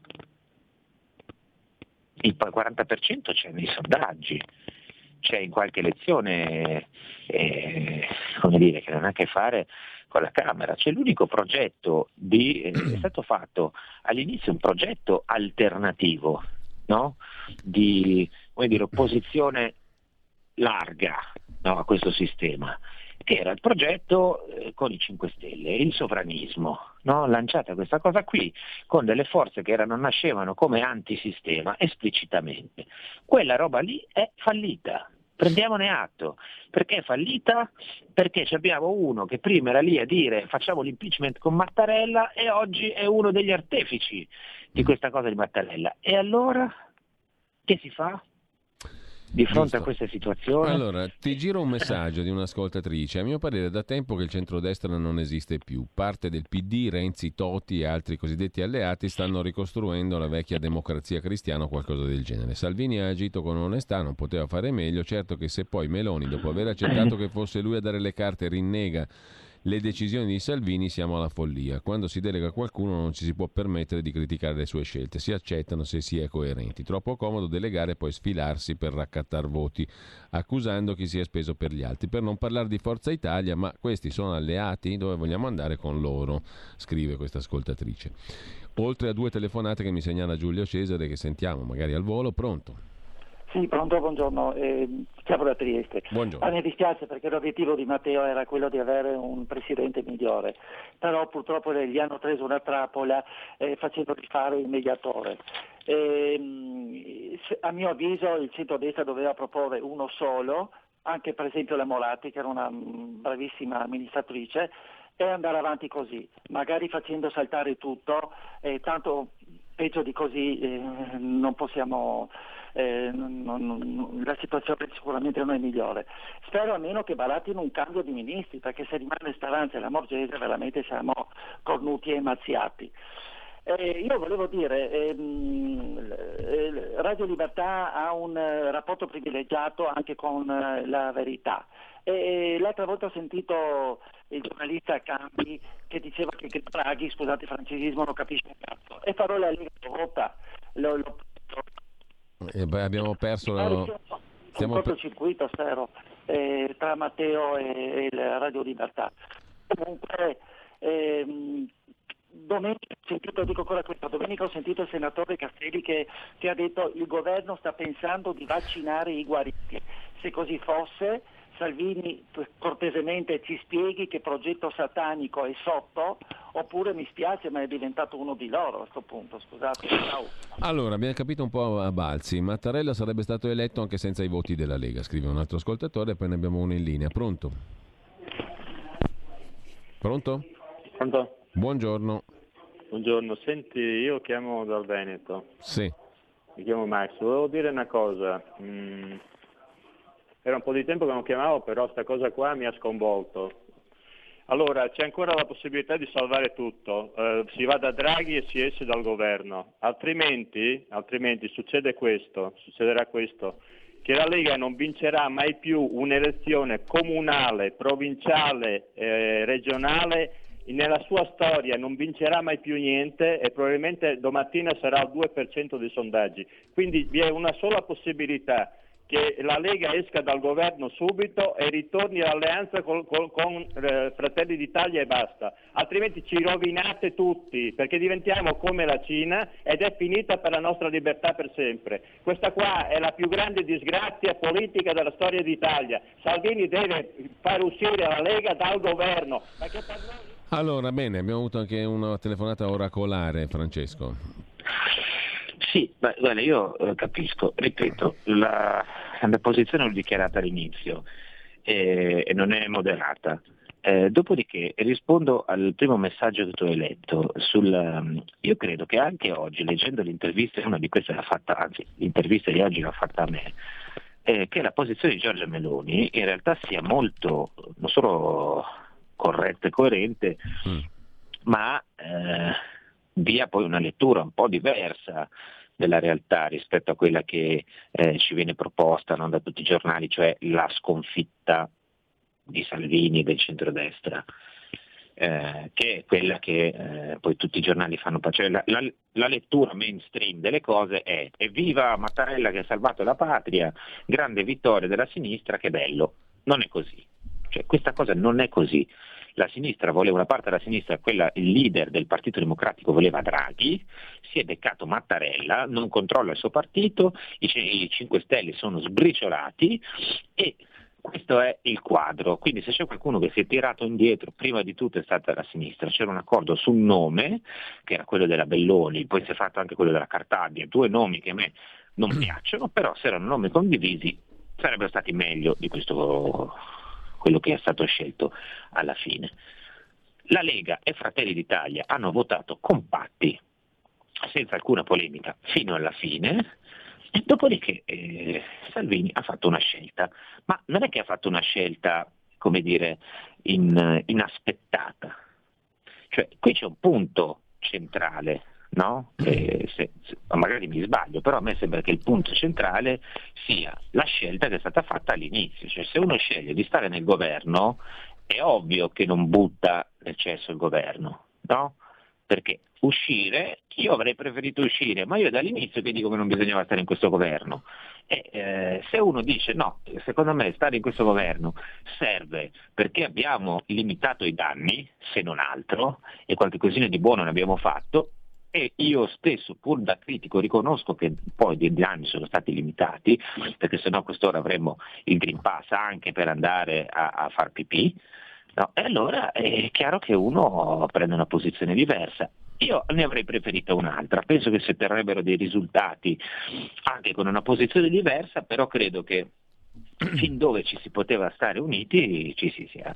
Il quaranta per cento c'è nei sondaggi, c'è in qualche elezione, eh, come dire, che non ha a che fare con la Camera. C'è l'unico progetto di, eh, è stato fatto all'inizio un progetto alternativo, no? Di, come dire, opposizione larga, no, a questo sistema, che era il progetto eh, con i cinque Stelle, il sovranismo, no? Lanciata questa cosa qui con delle forze che erano, nascevano come antisistema esplicitamente. Quella roba lì è fallita, Prendiamone atto. Perché è fallita? Perché abbiamo uno che prima era lì a dire facciamo l'impeachment con Mattarella e oggi è uno degli artefici di questa cosa di Mattarella. E allora che si fa di fronte Giusto. a questa situazione? Allora, ti giro un messaggio di un'ascoltatrice. A mio parere è da tempo che il centrodestra non esiste più. Parte del P D, Renzi, Toti e altri cosiddetti alleati stanno ricostruendo la vecchia democrazia cristiana o qualcosa del genere. Salvini ha agito con onestà, non poteva fare meglio. Certo che se poi Meloni, dopo aver accettato che fosse lui a dare le carte, rinnega le decisioni di Salvini, siamo alla follia. Quando si delega qualcuno non ci si può permettere di criticare le sue scelte, si accettano se si è coerenti. Troppo comodo delegare e poi sfilarsi per raccattar voti, accusando chi si è speso per gli altri. Per non parlare di Forza Italia, ma questi sono alleati? Dove vogliamo andare con loro? Scrive questa ascoltatrice. Oltre a due telefonate che mi segnala Giulio Cesare, che sentiamo magari al volo. Pronto? Sì, pronto, buongiorno, eh, chiamo da Trieste. Buongiorno. Ah, mi dispiace perché l'obiettivo di Matteo era quello di avere un presidente migliore, però purtroppo gli hanno preso una trappola eh, facendogli fare il mediatore. Eh, a mio avviso il centrodestra doveva proporre uno solo, anche per esempio la Moratti che era una bravissima amministratrice, e andare avanti così, magari facendo saltare tutto, eh, tanto peggio di così eh, non possiamo... Eh, non, non, la situazione sicuramente non è migliore. Spero almeno che barattino un cambio di ministri, perché se rimane Speranza e la Morgese veramente siamo cornuti e mazziati. Eh, io volevo dire, ehm, eh, Radio Libertà ha un eh, rapporto privilegiato anche con eh, la verità. E, e l'altra volta ho sentito il giornalista Campi che diceva che, che Draghi, scusate il francesismo, non capisce un cazzo. E farò la Lega Europa. Lo, lo, Eh beh, abbiamo perso la... un Stiamo cortocircuito spero eh, tra Matteo e il Radio Libertà. Comunque ehm, domenica ho sentito, dico ancora questo, domenica ho sentito il senatore Castelli che, che ha detto il governo sta pensando di vaccinare i guariti. Se così fosse, Salvini cortesemente ci spieghi che progetto satanico è sotto, oppure mi spiace ma è diventato uno di loro a questo punto, scusate. Ciao. Allora, abbiamo capito un po' a balzi. Mattarella sarebbe stato eletto anche senza i voti della Lega, scrive un altro ascoltatore, e poi ne abbiamo uno in linea. Pronto? Pronto? Pronto? Buongiorno. Buongiorno, senti, io chiamo dal Veneto. Sì. Mi chiamo Max, volevo dire una cosa. Mm, era un po' di tempo che non chiamavo, però sta cosa qua mi ha sconvolto. Allora, c'è ancora la possibilità di salvare tutto, eh, si va da Draghi e si esce dal governo, altrimenti, altrimenti succede questo, succederà questo, che la Lega non vincerà mai più un'elezione comunale, provinciale, eh, regionale, nella sua storia non vincerà mai più niente e probabilmente domattina sarà al due per cento dei sondaggi. Quindi vi è una sola possibilità, che la Lega esca dal governo subito e ritorni all'alleanza con, con, con eh, Fratelli d'Italia e basta, altrimenti ci rovinate tutti, perché diventiamo come la Cina ed è finita per la nostra libertà per sempre. Questa qua è la più grande disgrazia politica della storia d'Italia. Salvini deve far uscire la Lega dal governo, perché per noi... Allora, bene, abbiamo avuto anche una telefonata oracolare, Francesco. Sì, beh, guarda, io eh, capisco, ripeto, la, la posizione l'ho dichiarata all'inizio eh, e non è moderata. Eh, dopodiché rispondo al primo messaggio che tu hai letto. Sul, um, io credo che anche oggi, leggendo l'intervista, una di queste l'ha fatta, anzi l'intervista di oggi l'ha fatta a me, eh, che la posizione di Giorgia Meloni in realtà sia molto, non solo corretta e coerente, mm. ma eh, dia poi una lettura un po' diversa della realtà rispetto a quella che eh, ci viene proposta, no, da tutti i giornali, cioè la sconfitta di Salvini e del centrodestra, eh, che è quella che eh, poi tutti i giornali fanno. Cioè la, la, la lettura mainstream delle cose è evviva Mattarella che ha salvato la patria, grande vittoria della sinistra, che bello. Non è così, cioè questa cosa non è così. La sinistra voleva, una parte della sinistra, quella, il leader del Partito Democratico voleva Draghi, si è beccato Mattarella, non controlla il suo partito, i, i cinque Stelle sono sbriciolati e questo è il quadro. Quindi se c'è qualcuno che si è tirato indietro, prima di tutto è stata la sinistra. C'era un accordo sul nome, che era quello della Belloni, poi si è fatto anche quello della Cartabia, due nomi che a me non piacciono, però se erano nomi condivisi sarebbero stati meglio di questo, quello che è stato scelto alla fine. La Lega e Fratelli d'Italia hanno votato compatti, senza alcuna polemica, fino alla fine, e dopodiché eh, Salvini ha fatto una scelta, ma non è che ha fatto una scelta, come dire, in, inaspettata. Cioè, qui c'è un punto centrale, no? Eh, se, se, magari mi sbaglio, però a me sembra che il punto centrale sia la scelta che è stata fatta all'inizio. Cioè, se uno sceglie di stare nel governo, è ovvio che non butta nel cesso il governo, no? Perché uscire, io avrei preferito uscire, ma io dall'inizio che dico che non bisognava stare in questo governo. E eh, se uno dice no, secondo me stare in questo governo serve perché abbiamo limitato i danni, se non altro, e qualche cosina di buono ne abbiamo fatto, e io stesso, pur da critico, riconosco che poi dei danni sono stati limitati, perché sennò a quest'ora avremmo il Green Pass anche per andare a, a far pipì, no? E allora è chiaro che uno prende una posizione diversa. Io ne avrei preferita un'altra, penso che si otterrebbero dei risultati anche con una posizione diversa, però credo che fin dove ci si poteva stare uniti ci si sia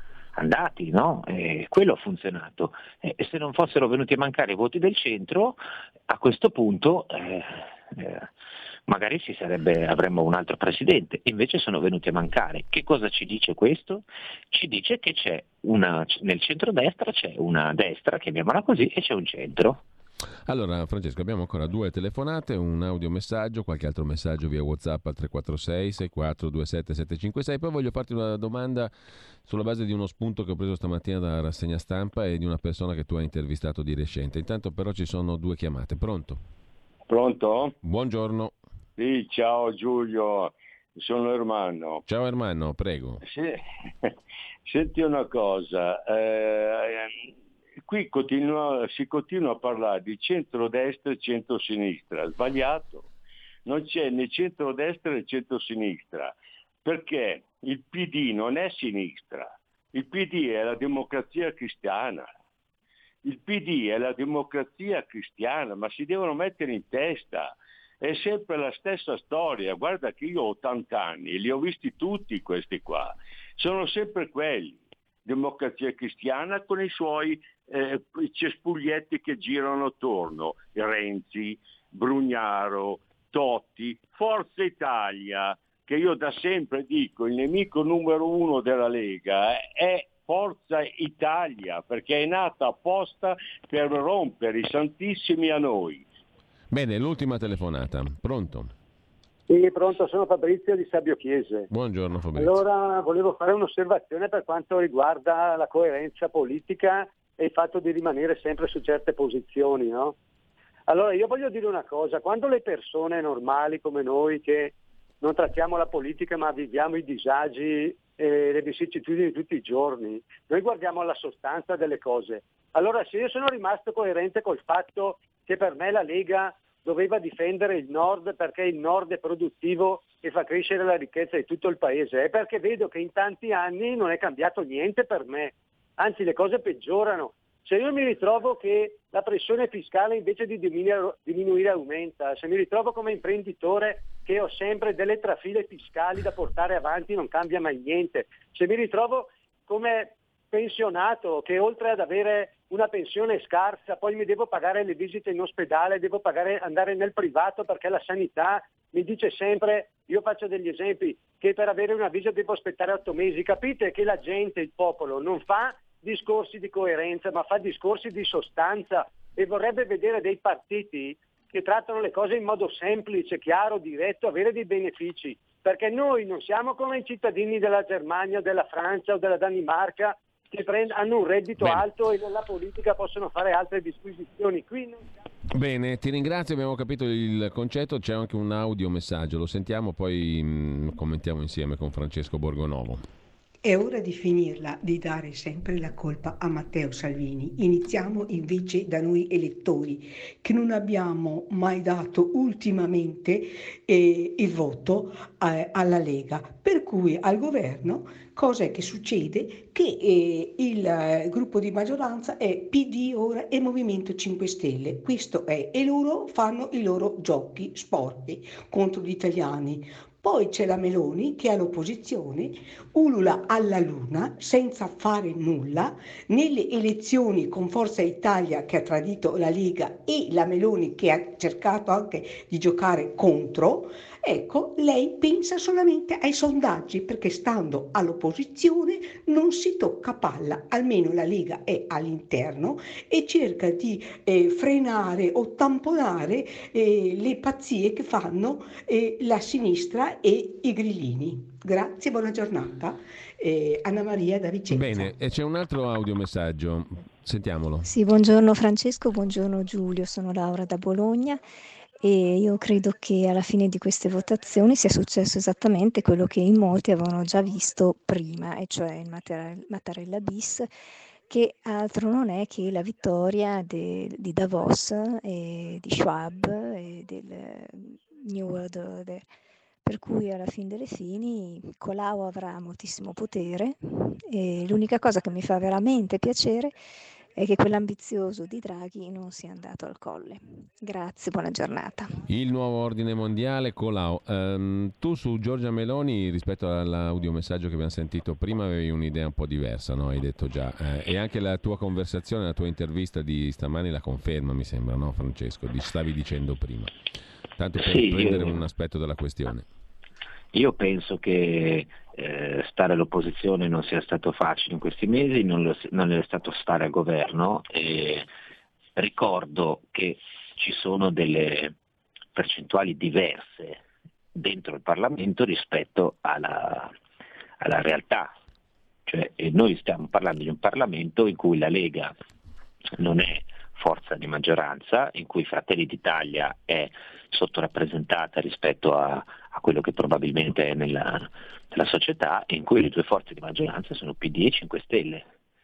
andati, no? E quello ha funzionato. E se non fossero venuti a mancare i voti del centro, a questo punto eh, eh, magari ci sarebbe, avremmo un altro presidente, invece sono venuti a mancare. Che cosa ci dice questo? Ci dice che c'è una, nel centrodestra c'è una destra, chiamiamola così, e c'è un centro. Allora Francesco, abbiamo ancora due telefonate, un audiomessaggio, qualche altro messaggio via WhatsApp al tre quattro sei sei quattro due sette sette cinque sei. Poi voglio farti una domanda sulla base di uno spunto che ho preso stamattina dalla rassegna stampa e di una persona che tu hai intervistato di recente. Intanto però ci sono due chiamate. Pronto? Pronto? Buongiorno. Sì, ciao Giulio, sono Ermanno. Ciao Ermanno, prego. Sì. Senti una cosa, eh, qui continua, si continua a parlare di centrodestra e centrosinistra, sbagliato. Non c'è né centrodestra né centrosinistra, perché il P D non è sinistra, il P D è la democrazia cristiana. Il P D è la democrazia cristiana, ma si devono mettere in testa. È sempre la stessa storia. Guarda che io ho ottanta anni e li ho visti tutti questi qua. Sono sempre quelli. Democrazia cristiana con i suoi eh, cespuglietti che girano attorno. Renzi, Brugnaro, Totti, Forza Italia, che io da sempre dico il nemico numero uno della Lega è Forza Italia, perché è nata apposta per rompere i santissimi a noi. Bene, l'ultima telefonata. Pronto? Sì, pronto, sono Fabrizio di Sabbio Chiese. Buongiorno Fabrizio. Allora, volevo fare un'osservazione per quanto riguarda la coerenza politica e il fatto di rimanere sempre su certe posizioni, no? Allora, io voglio dire una cosa, quando le persone normali come noi, che non trattiamo la politica ma viviamo i disagi e le vicissitudini di tutti i giorni, noi guardiamo alla sostanza delle cose. Allora, se io sono rimasto coerente col fatto che per me la Lega doveva difendere il Nord perché il Nord è produttivo e fa crescere la ricchezza di tutto il paese, è perché vedo che in tanti anni non è cambiato niente per me, anzi le cose peggiorano. Se io mi ritrovo che la pressione fiscale invece di diminuire, diminuire aumenta, se mi ritrovo come imprenditore che ho sempre delle trafile fiscali da portare avanti, non cambia mai niente, se mi ritrovo come pensionato che oltre ad avere una pensione scarsa poi mi devo pagare le visite in ospedale, devo pagare andare nel privato perché la sanità mi dice sempre, io faccio degli esempi, che per avere una visita devo aspettare otto mesi. Capite che la gente, il popolo, non fa discorsi di coerenza ma fa discorsi di sostanza e vorrebbe vedere dei partiti che trattano le cose in modo semplice, chiaro, diretto, avere dei benefici, perché noi non siamo come i cittadini della Germania, della Francia o della Danimarca che prend- hanno un reddito Bene. alto e nella politica possono fare altre disquisizioni. Qui non siamo... Bene, ti ringrazio, abbiamo capito il concetto, c'è anche un audio messaggio, lo sentiamo, poi mh, commentiamo insieme con Francesco Borgonovo. È ora di finirla di dare sempre la colpa a Matteo Salvini. Iniziamo invece da noi elettori, che non abbiamo mai dato ultimamente eh, il voto eh, alla Lega. Per cui al governo cosa è che succede? Che eh, il eh, gruppo di maggioranza è P D ora e Movimento cinque Stelle. Questo è, e loro fanno i loro giochi sporchi contro gli italiani. Poi c'è la Meloni che è all'opposizione, ulula alla luna senza fare nulla, nelle elezioni con Forza Italia che ha tradito la Lega e la Meloni che ha cercato anche di giocare contro. Ecco, lei pensa solamente ai sondaggi perché stando all'opposizione non si tocca palla, almeno la Lega è all'interno e cerca di eh, frenare o tamponare eh, le pazzie che fanno eh, la sinistra e i grillini. Grazie, buona giornata. Eh, Anna Maria da Vicenza. Bene, e c'è un altro audiomessaggio, sentiamolo. Sì, buongiorno Francesco, buongiorno Giulio, sono Laura da Bologna. E io credo che alla fine di queste votazioni sia successo esattamente quello che in molti avevano già visto prima, e cioè il Mattarella, Mattarella bis, che altro non è che la vittoria de, di Davos e di Schwab e del New World Order. Per cui alla fine delle fini Colau avrà moltissimo potere e l'unica cosa che mi fa veramente piacere è che quell'ambizioso di Draghi non sia andato al colle. Grazie, buona giornata. Il nuovo ordine mondiale, Colau. Um, tu su Giorgia Meloni, rispetto all'audiomessaggio che abbiamo sentito prima, avevi un'idea un po' diversa, no? Hai detto già. Eh, e anche la tua conversazione, la tua intervista di stamani la conferma, mi sembra, no Francesco? Di, stavi dicendo prima. Tanto per sì, prendere io... un aspetto della questione. Io penso che eh, stare all'opposizione non sia stato facile in questi mesi, non, lo, non è stato stare al governo. E ricordo che ci sono delle percentuali diverse dentro il Parlamento rispetto alla, alla realtà. Cioè, noi stiamo parlando di un Parlamento in cui la Lega non è forza di maggioranza, in cui Fratelli d'Italia è sottorappresentata rispetto a, a quello che probabilmente è nella, nella società, e in cui le due forze di maggioranza sono P D e cinque Stelle,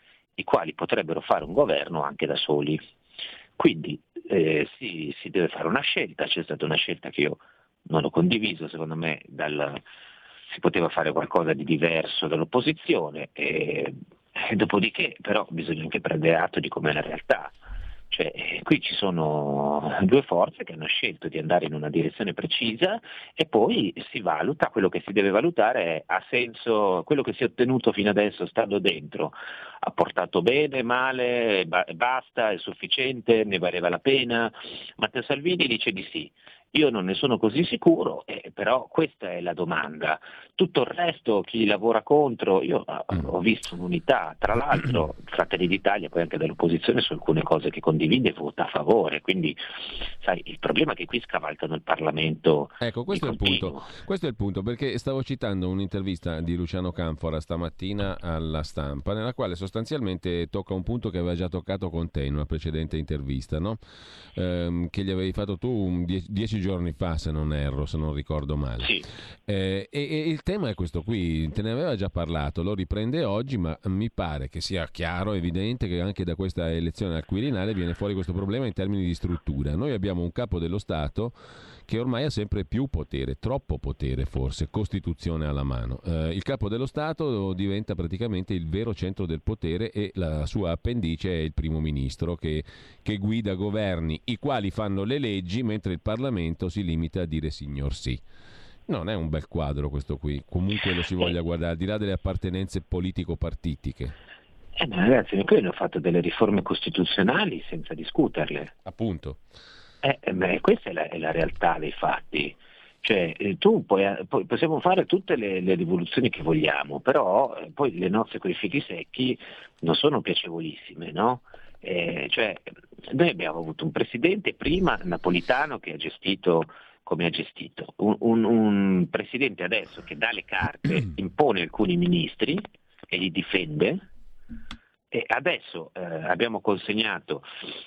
i quali potrebbero fare un governo anche da soli. Quindi eh, si, si deve fare una scelta, c'è stata una scelta che io non ho condiviso, secondo me dal, si poteva fare qualcosa di diverso dall'opposizione, e, e dopodiché però bisogna anche prendere atto di com'è la realtà. Cioè, qui ci sono due forze che hanno scelto di andare in una direzione precisa e poi si valuta, quello che si deve valutare ha senso, quello che si è ottenuto fino adesso stando dentro, ha portato bene, male, basta, è sufficiente, ne valeva la pena. Matteo Salvini dice di sì. Io non ne sono così sicuro, eh, però questa è la domanda. Tutto il resto, chi lavora contro, io eh, ho visto un'unità, tra l'altro Fratelli d'Italia poi anche dall'opposizione su alcune cose che condivide vota a favore, quindi sai, il problema è che qui scavalcano il Parlamento. Ecco, questo è il punto, questo è il punto, perché stavo citando un'intervista di Luciano Canfora stamattina alla Stampa, nella quale sostanzialmente tocca un punto che aveva già toccato con te in una precedente intervista, no? Ehm, che gli avevi fatto tu un die- dieci giorni fa, se non erro, se non ricordo male. Sì. Eh, e, e il tema è questo qui, te ne aveva già parlato, lo riprende oggi, ma mi pare che sia chiaro, evidente che anche da questa elezione al Quirinale viene fuori questo problema in termini di struttura. Noi abbiamo un capo dello Stato che ormai ha sempre più potere, troppo potere forse, Costituzione alla mano. Eh, il capo dello Stato diventa praticamente il vero centro del potere e la sua appendice è il primo ministro che, che guida governi, i quali fanno le leggi mentre il Parlamento si limita a dire signor sì. Non è un bel quadro questo qui, comunque lo si voglia guardare, al di là delle appartenenze politico-partitiche. Eh, ma ragazzi, noi hanno fatto delle riforme costituzionali senza discuterle. Appunto. Eh, beh, questa è la, è la realtà dei fatti. Cioè, eh, tu puoi, puoi, possiamo fare tutte le, le rivoluzioni che vogliamo, però eh, poi le nozze coi fichi secchi non sono piacevolissime, no? Eh, cioè, noi abbiamo avuto un presidente prima Napolitano che ha gestito come ha gestito, un, un, un presidente adesso che dà le carte, impone alcuni ministri e li difende, e adesso eh, abbiamo consegnato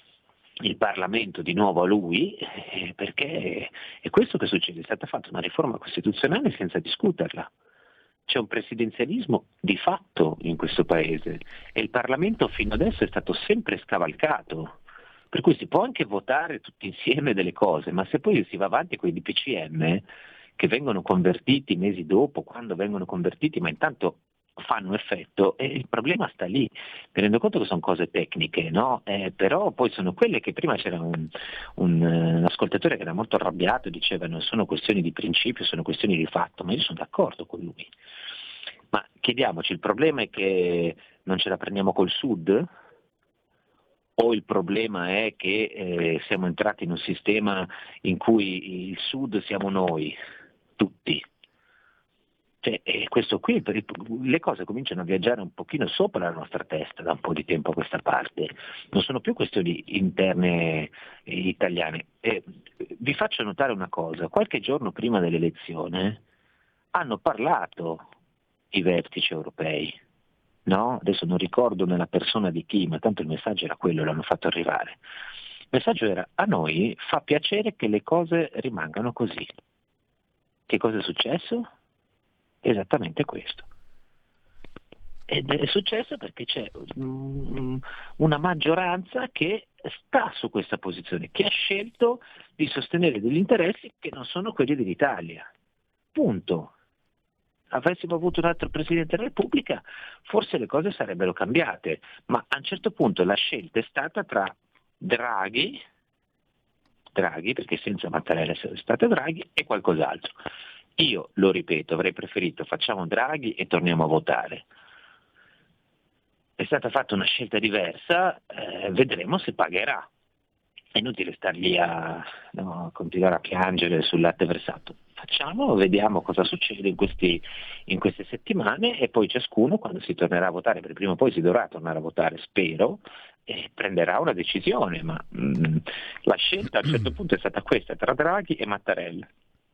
il Parlamento di nuovo a lui, eh, perché è questo che succede, è stata fatta una riforma costituzionale senza discuterla. C'è un presidenzialismo di fatto in questo paese e il Parlamento fino adesso è stato sempre scavalcato. Per cui si può anche votare tutti insieme delle cose, ma se poi si va avanti con i D P C M che vengono convertiti mesi dopo, quando vengono convertiti, ma intanto fanno effetto, e il problema sta lì. Mi rendo conto che sono cose tecniche, no? Eh, però poi sono quelle che prima c'era un, un, una ascoltatore che era molto arrabbiato, diceva non sono questioni di principio, sono questioni di fatto, ma io sono d'accordo con lui. Ma chiediamoci, il problema è che non ce la prendiamo col Sud? O il problema è che eh, siamo entrati in un sistema in cui il Sud siamo noi, tutti? Cioè, e questo qui, le cose cominciano a viaggiare un pochino sopra la nostra testa da un po' di tempo a questa parte, non sono più questioni interne italiane. E vi faccio notare una cosa, qualche giorno prima dell'elezione hanno parlato i vertici europei, no? Adesso non ricordo nella persona di chi, ma tanto il messaggio era quello, l'hanno fatto arrivare. Il messaggio era: a noi fa piacere che le cose rimangano così. Che cosa è successo? Esattamente questo. Ed è successo perché c'è una maggioranza che sta su questa posizione, che ha scelto di sostenere degli interessi che non sono quelli dell'Italia. Punto. Avessimo avuto un altro Presidente della Repubblica, forse le cose sarebbero cambiate, ma a un certo punto la scelta è stata tra Draghi, Draghi, perché senza Mattarella sarebbe stato Draghi, e qualcos'altro. Io, lo ripeto, avrei preferito facciamo Draghi e torniamo a votare. È stata fatta una scelta diversa, eh, vedremo se pagherà. È inutile star lì a no, continuare a piangere sul latte versato. Facciamo, vediamo cosa succede in, questi, in queste settimane e poi ciascuno, quando si tornerà a votare, perché prima o poi si dovrà tornare a votare, spero, e prenderà una decisione, ma mh, la scelta a un certo punto è stata questa, tra Draghi e Mattarella.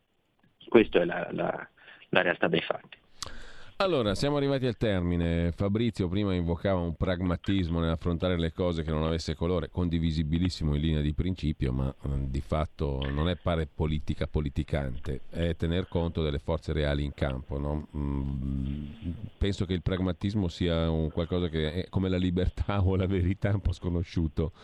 Questa è la, la, la realtà dei fatti. Allora, siamo arrivati al termine. Fabrizio prima invocava un pragmatismo nell'affrontare le cose che non avesse colore, condivisibilissimo in linea di principio, ma eh, di fatto non è fare politica politicante, è tener conto delle forze reali in campo, no? Mm, penso che il pragmatismo sia un qualcosa che è come la libertà o la verità, un po' sconosciuto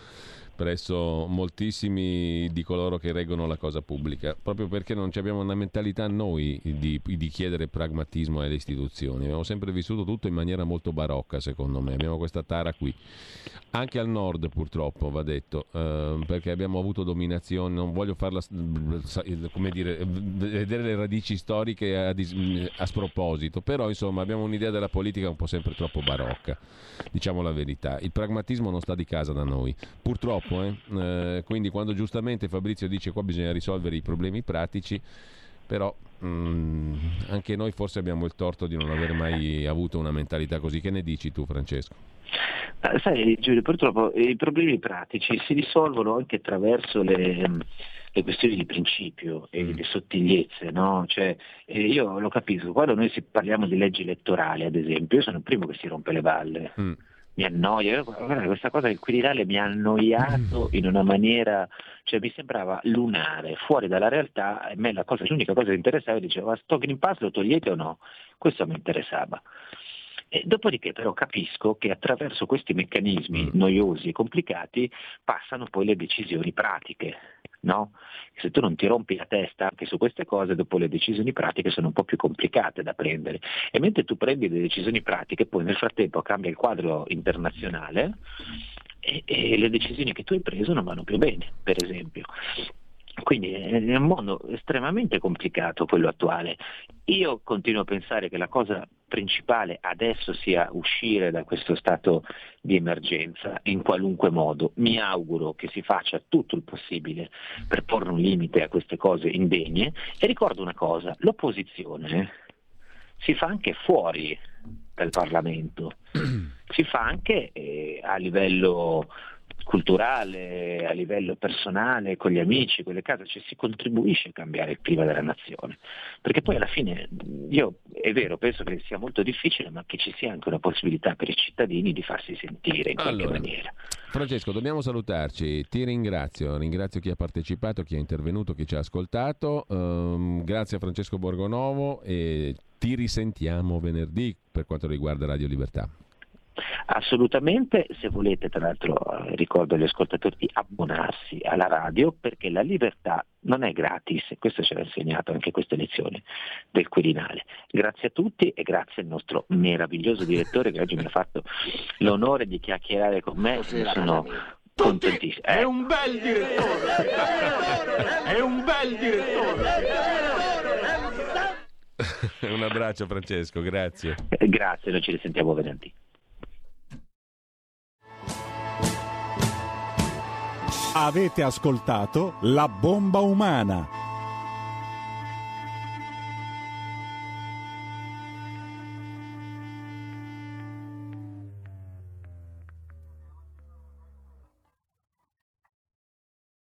presso moltissimi di coloro che reggono la cosa pubblica, proprio perché non abbiamo una mentalità noi di, di chiedere pragmatismo alle istituzioni. Abbiamo sempre vissuto tutto in maniera molto barocca, secondo me, abbiamo questa tara qui, anche al nord purtroppo va detto, eh, perché abbiamo avuto dominazione, non voglio farla, come dire, vedere le radici storiche a, a sproposito, però insomma abbiamo un'idea della politica un po' sempre troppo barocca, diciamo la verità. Il pragmatismo non sta di casa da noi, purtroppo. Eh? Eh, quindi quando giustamente Fabrizio dice qua bisogna risolvere i problemi pratici, però mh, anche noi forse abbiamo il torto di non aver mai avuto una mentalità così. Che ne dici tu, Francesco? Eh, sai Giulio, purtroppo i problemi pratici si risolvono anche attraverso le, le questioni di principio e le sottigliezze, no? Cioè, eh, io lo capisco, quando noi si parliamo di leggi elettorali ad esempio, io sono il primo che si rompe le balle. Mm. Mi annoia, guarda, questa cosa del Quirinale mi ha annoiato in una maniera, cioè mi sembrava lunare, fuori dalla realtà. A me la cosa, l'unica cosa che interessava, dicevo, sto Green Pass lo togliete o no? Questo mi interessava. E dopodiché però capisco che attraverso questi meccanismi noiosi e complicati passano poi le decisioni pratiche, no? Se tu non ti rompi la testa anche su queste cose, dopo le decisioni pratiche sono un po' più complicate da prendere, e mentre tu prendi le decisioni pratiche poi nel frattempo cambia il quadro internazionale e, e le decisioni che tu hai preso non vanno più bene, per esempio. Quindi è un mondo estremamente complicato quello attuale. Io continuo a pensare che la cosa principale adesso sia uscire da questo stato di emergenza in qualunque modo. Mi auguro che si faccia tutto il possibile per porre un limite a queste cose indegne, e ricordo una cosa, l'opposizione si fa anche fuori dal Parlamento, si fa anche eh, a livello culturale, a livello personale, con gli amici, con le case, cioè si contribuisce a cambiare il clima della nazione, perché poi alla fine io è vero, penso che sia molto difficile, ma che ci sia anche una possibilità per i cittadini di farsi sentire in qualche allora, maniera. Francesco, dobbiamo salutarci, ti ringrazio, ringrazio chi ha partecipato, chi ha intervenuto, chi ci ha ascoltato, um, grazie a Francesco Borgonovo e ti risentiamo venerdì per quanto riguarda Radio Libertà. Assolutamente, se volete tra l'altro eh, ricordo agli ascoltatori di abbonarsi alla radio, perché la libertà non è gratis, e questo ci ha insegnato anche queste lezioni del Quirinale. Grazie a tutti e grazie al nostro meraviglioso direttore che oggi mi ha fatto l'onore di chiacchierare con me. Sono contentissimo. È un bel direttore. È un bel direttore. Un abbraccio Francesco, grazie. Eh, grazie, noi ci risentiamo venerdì. Avete ascoltato La Bomba Umana,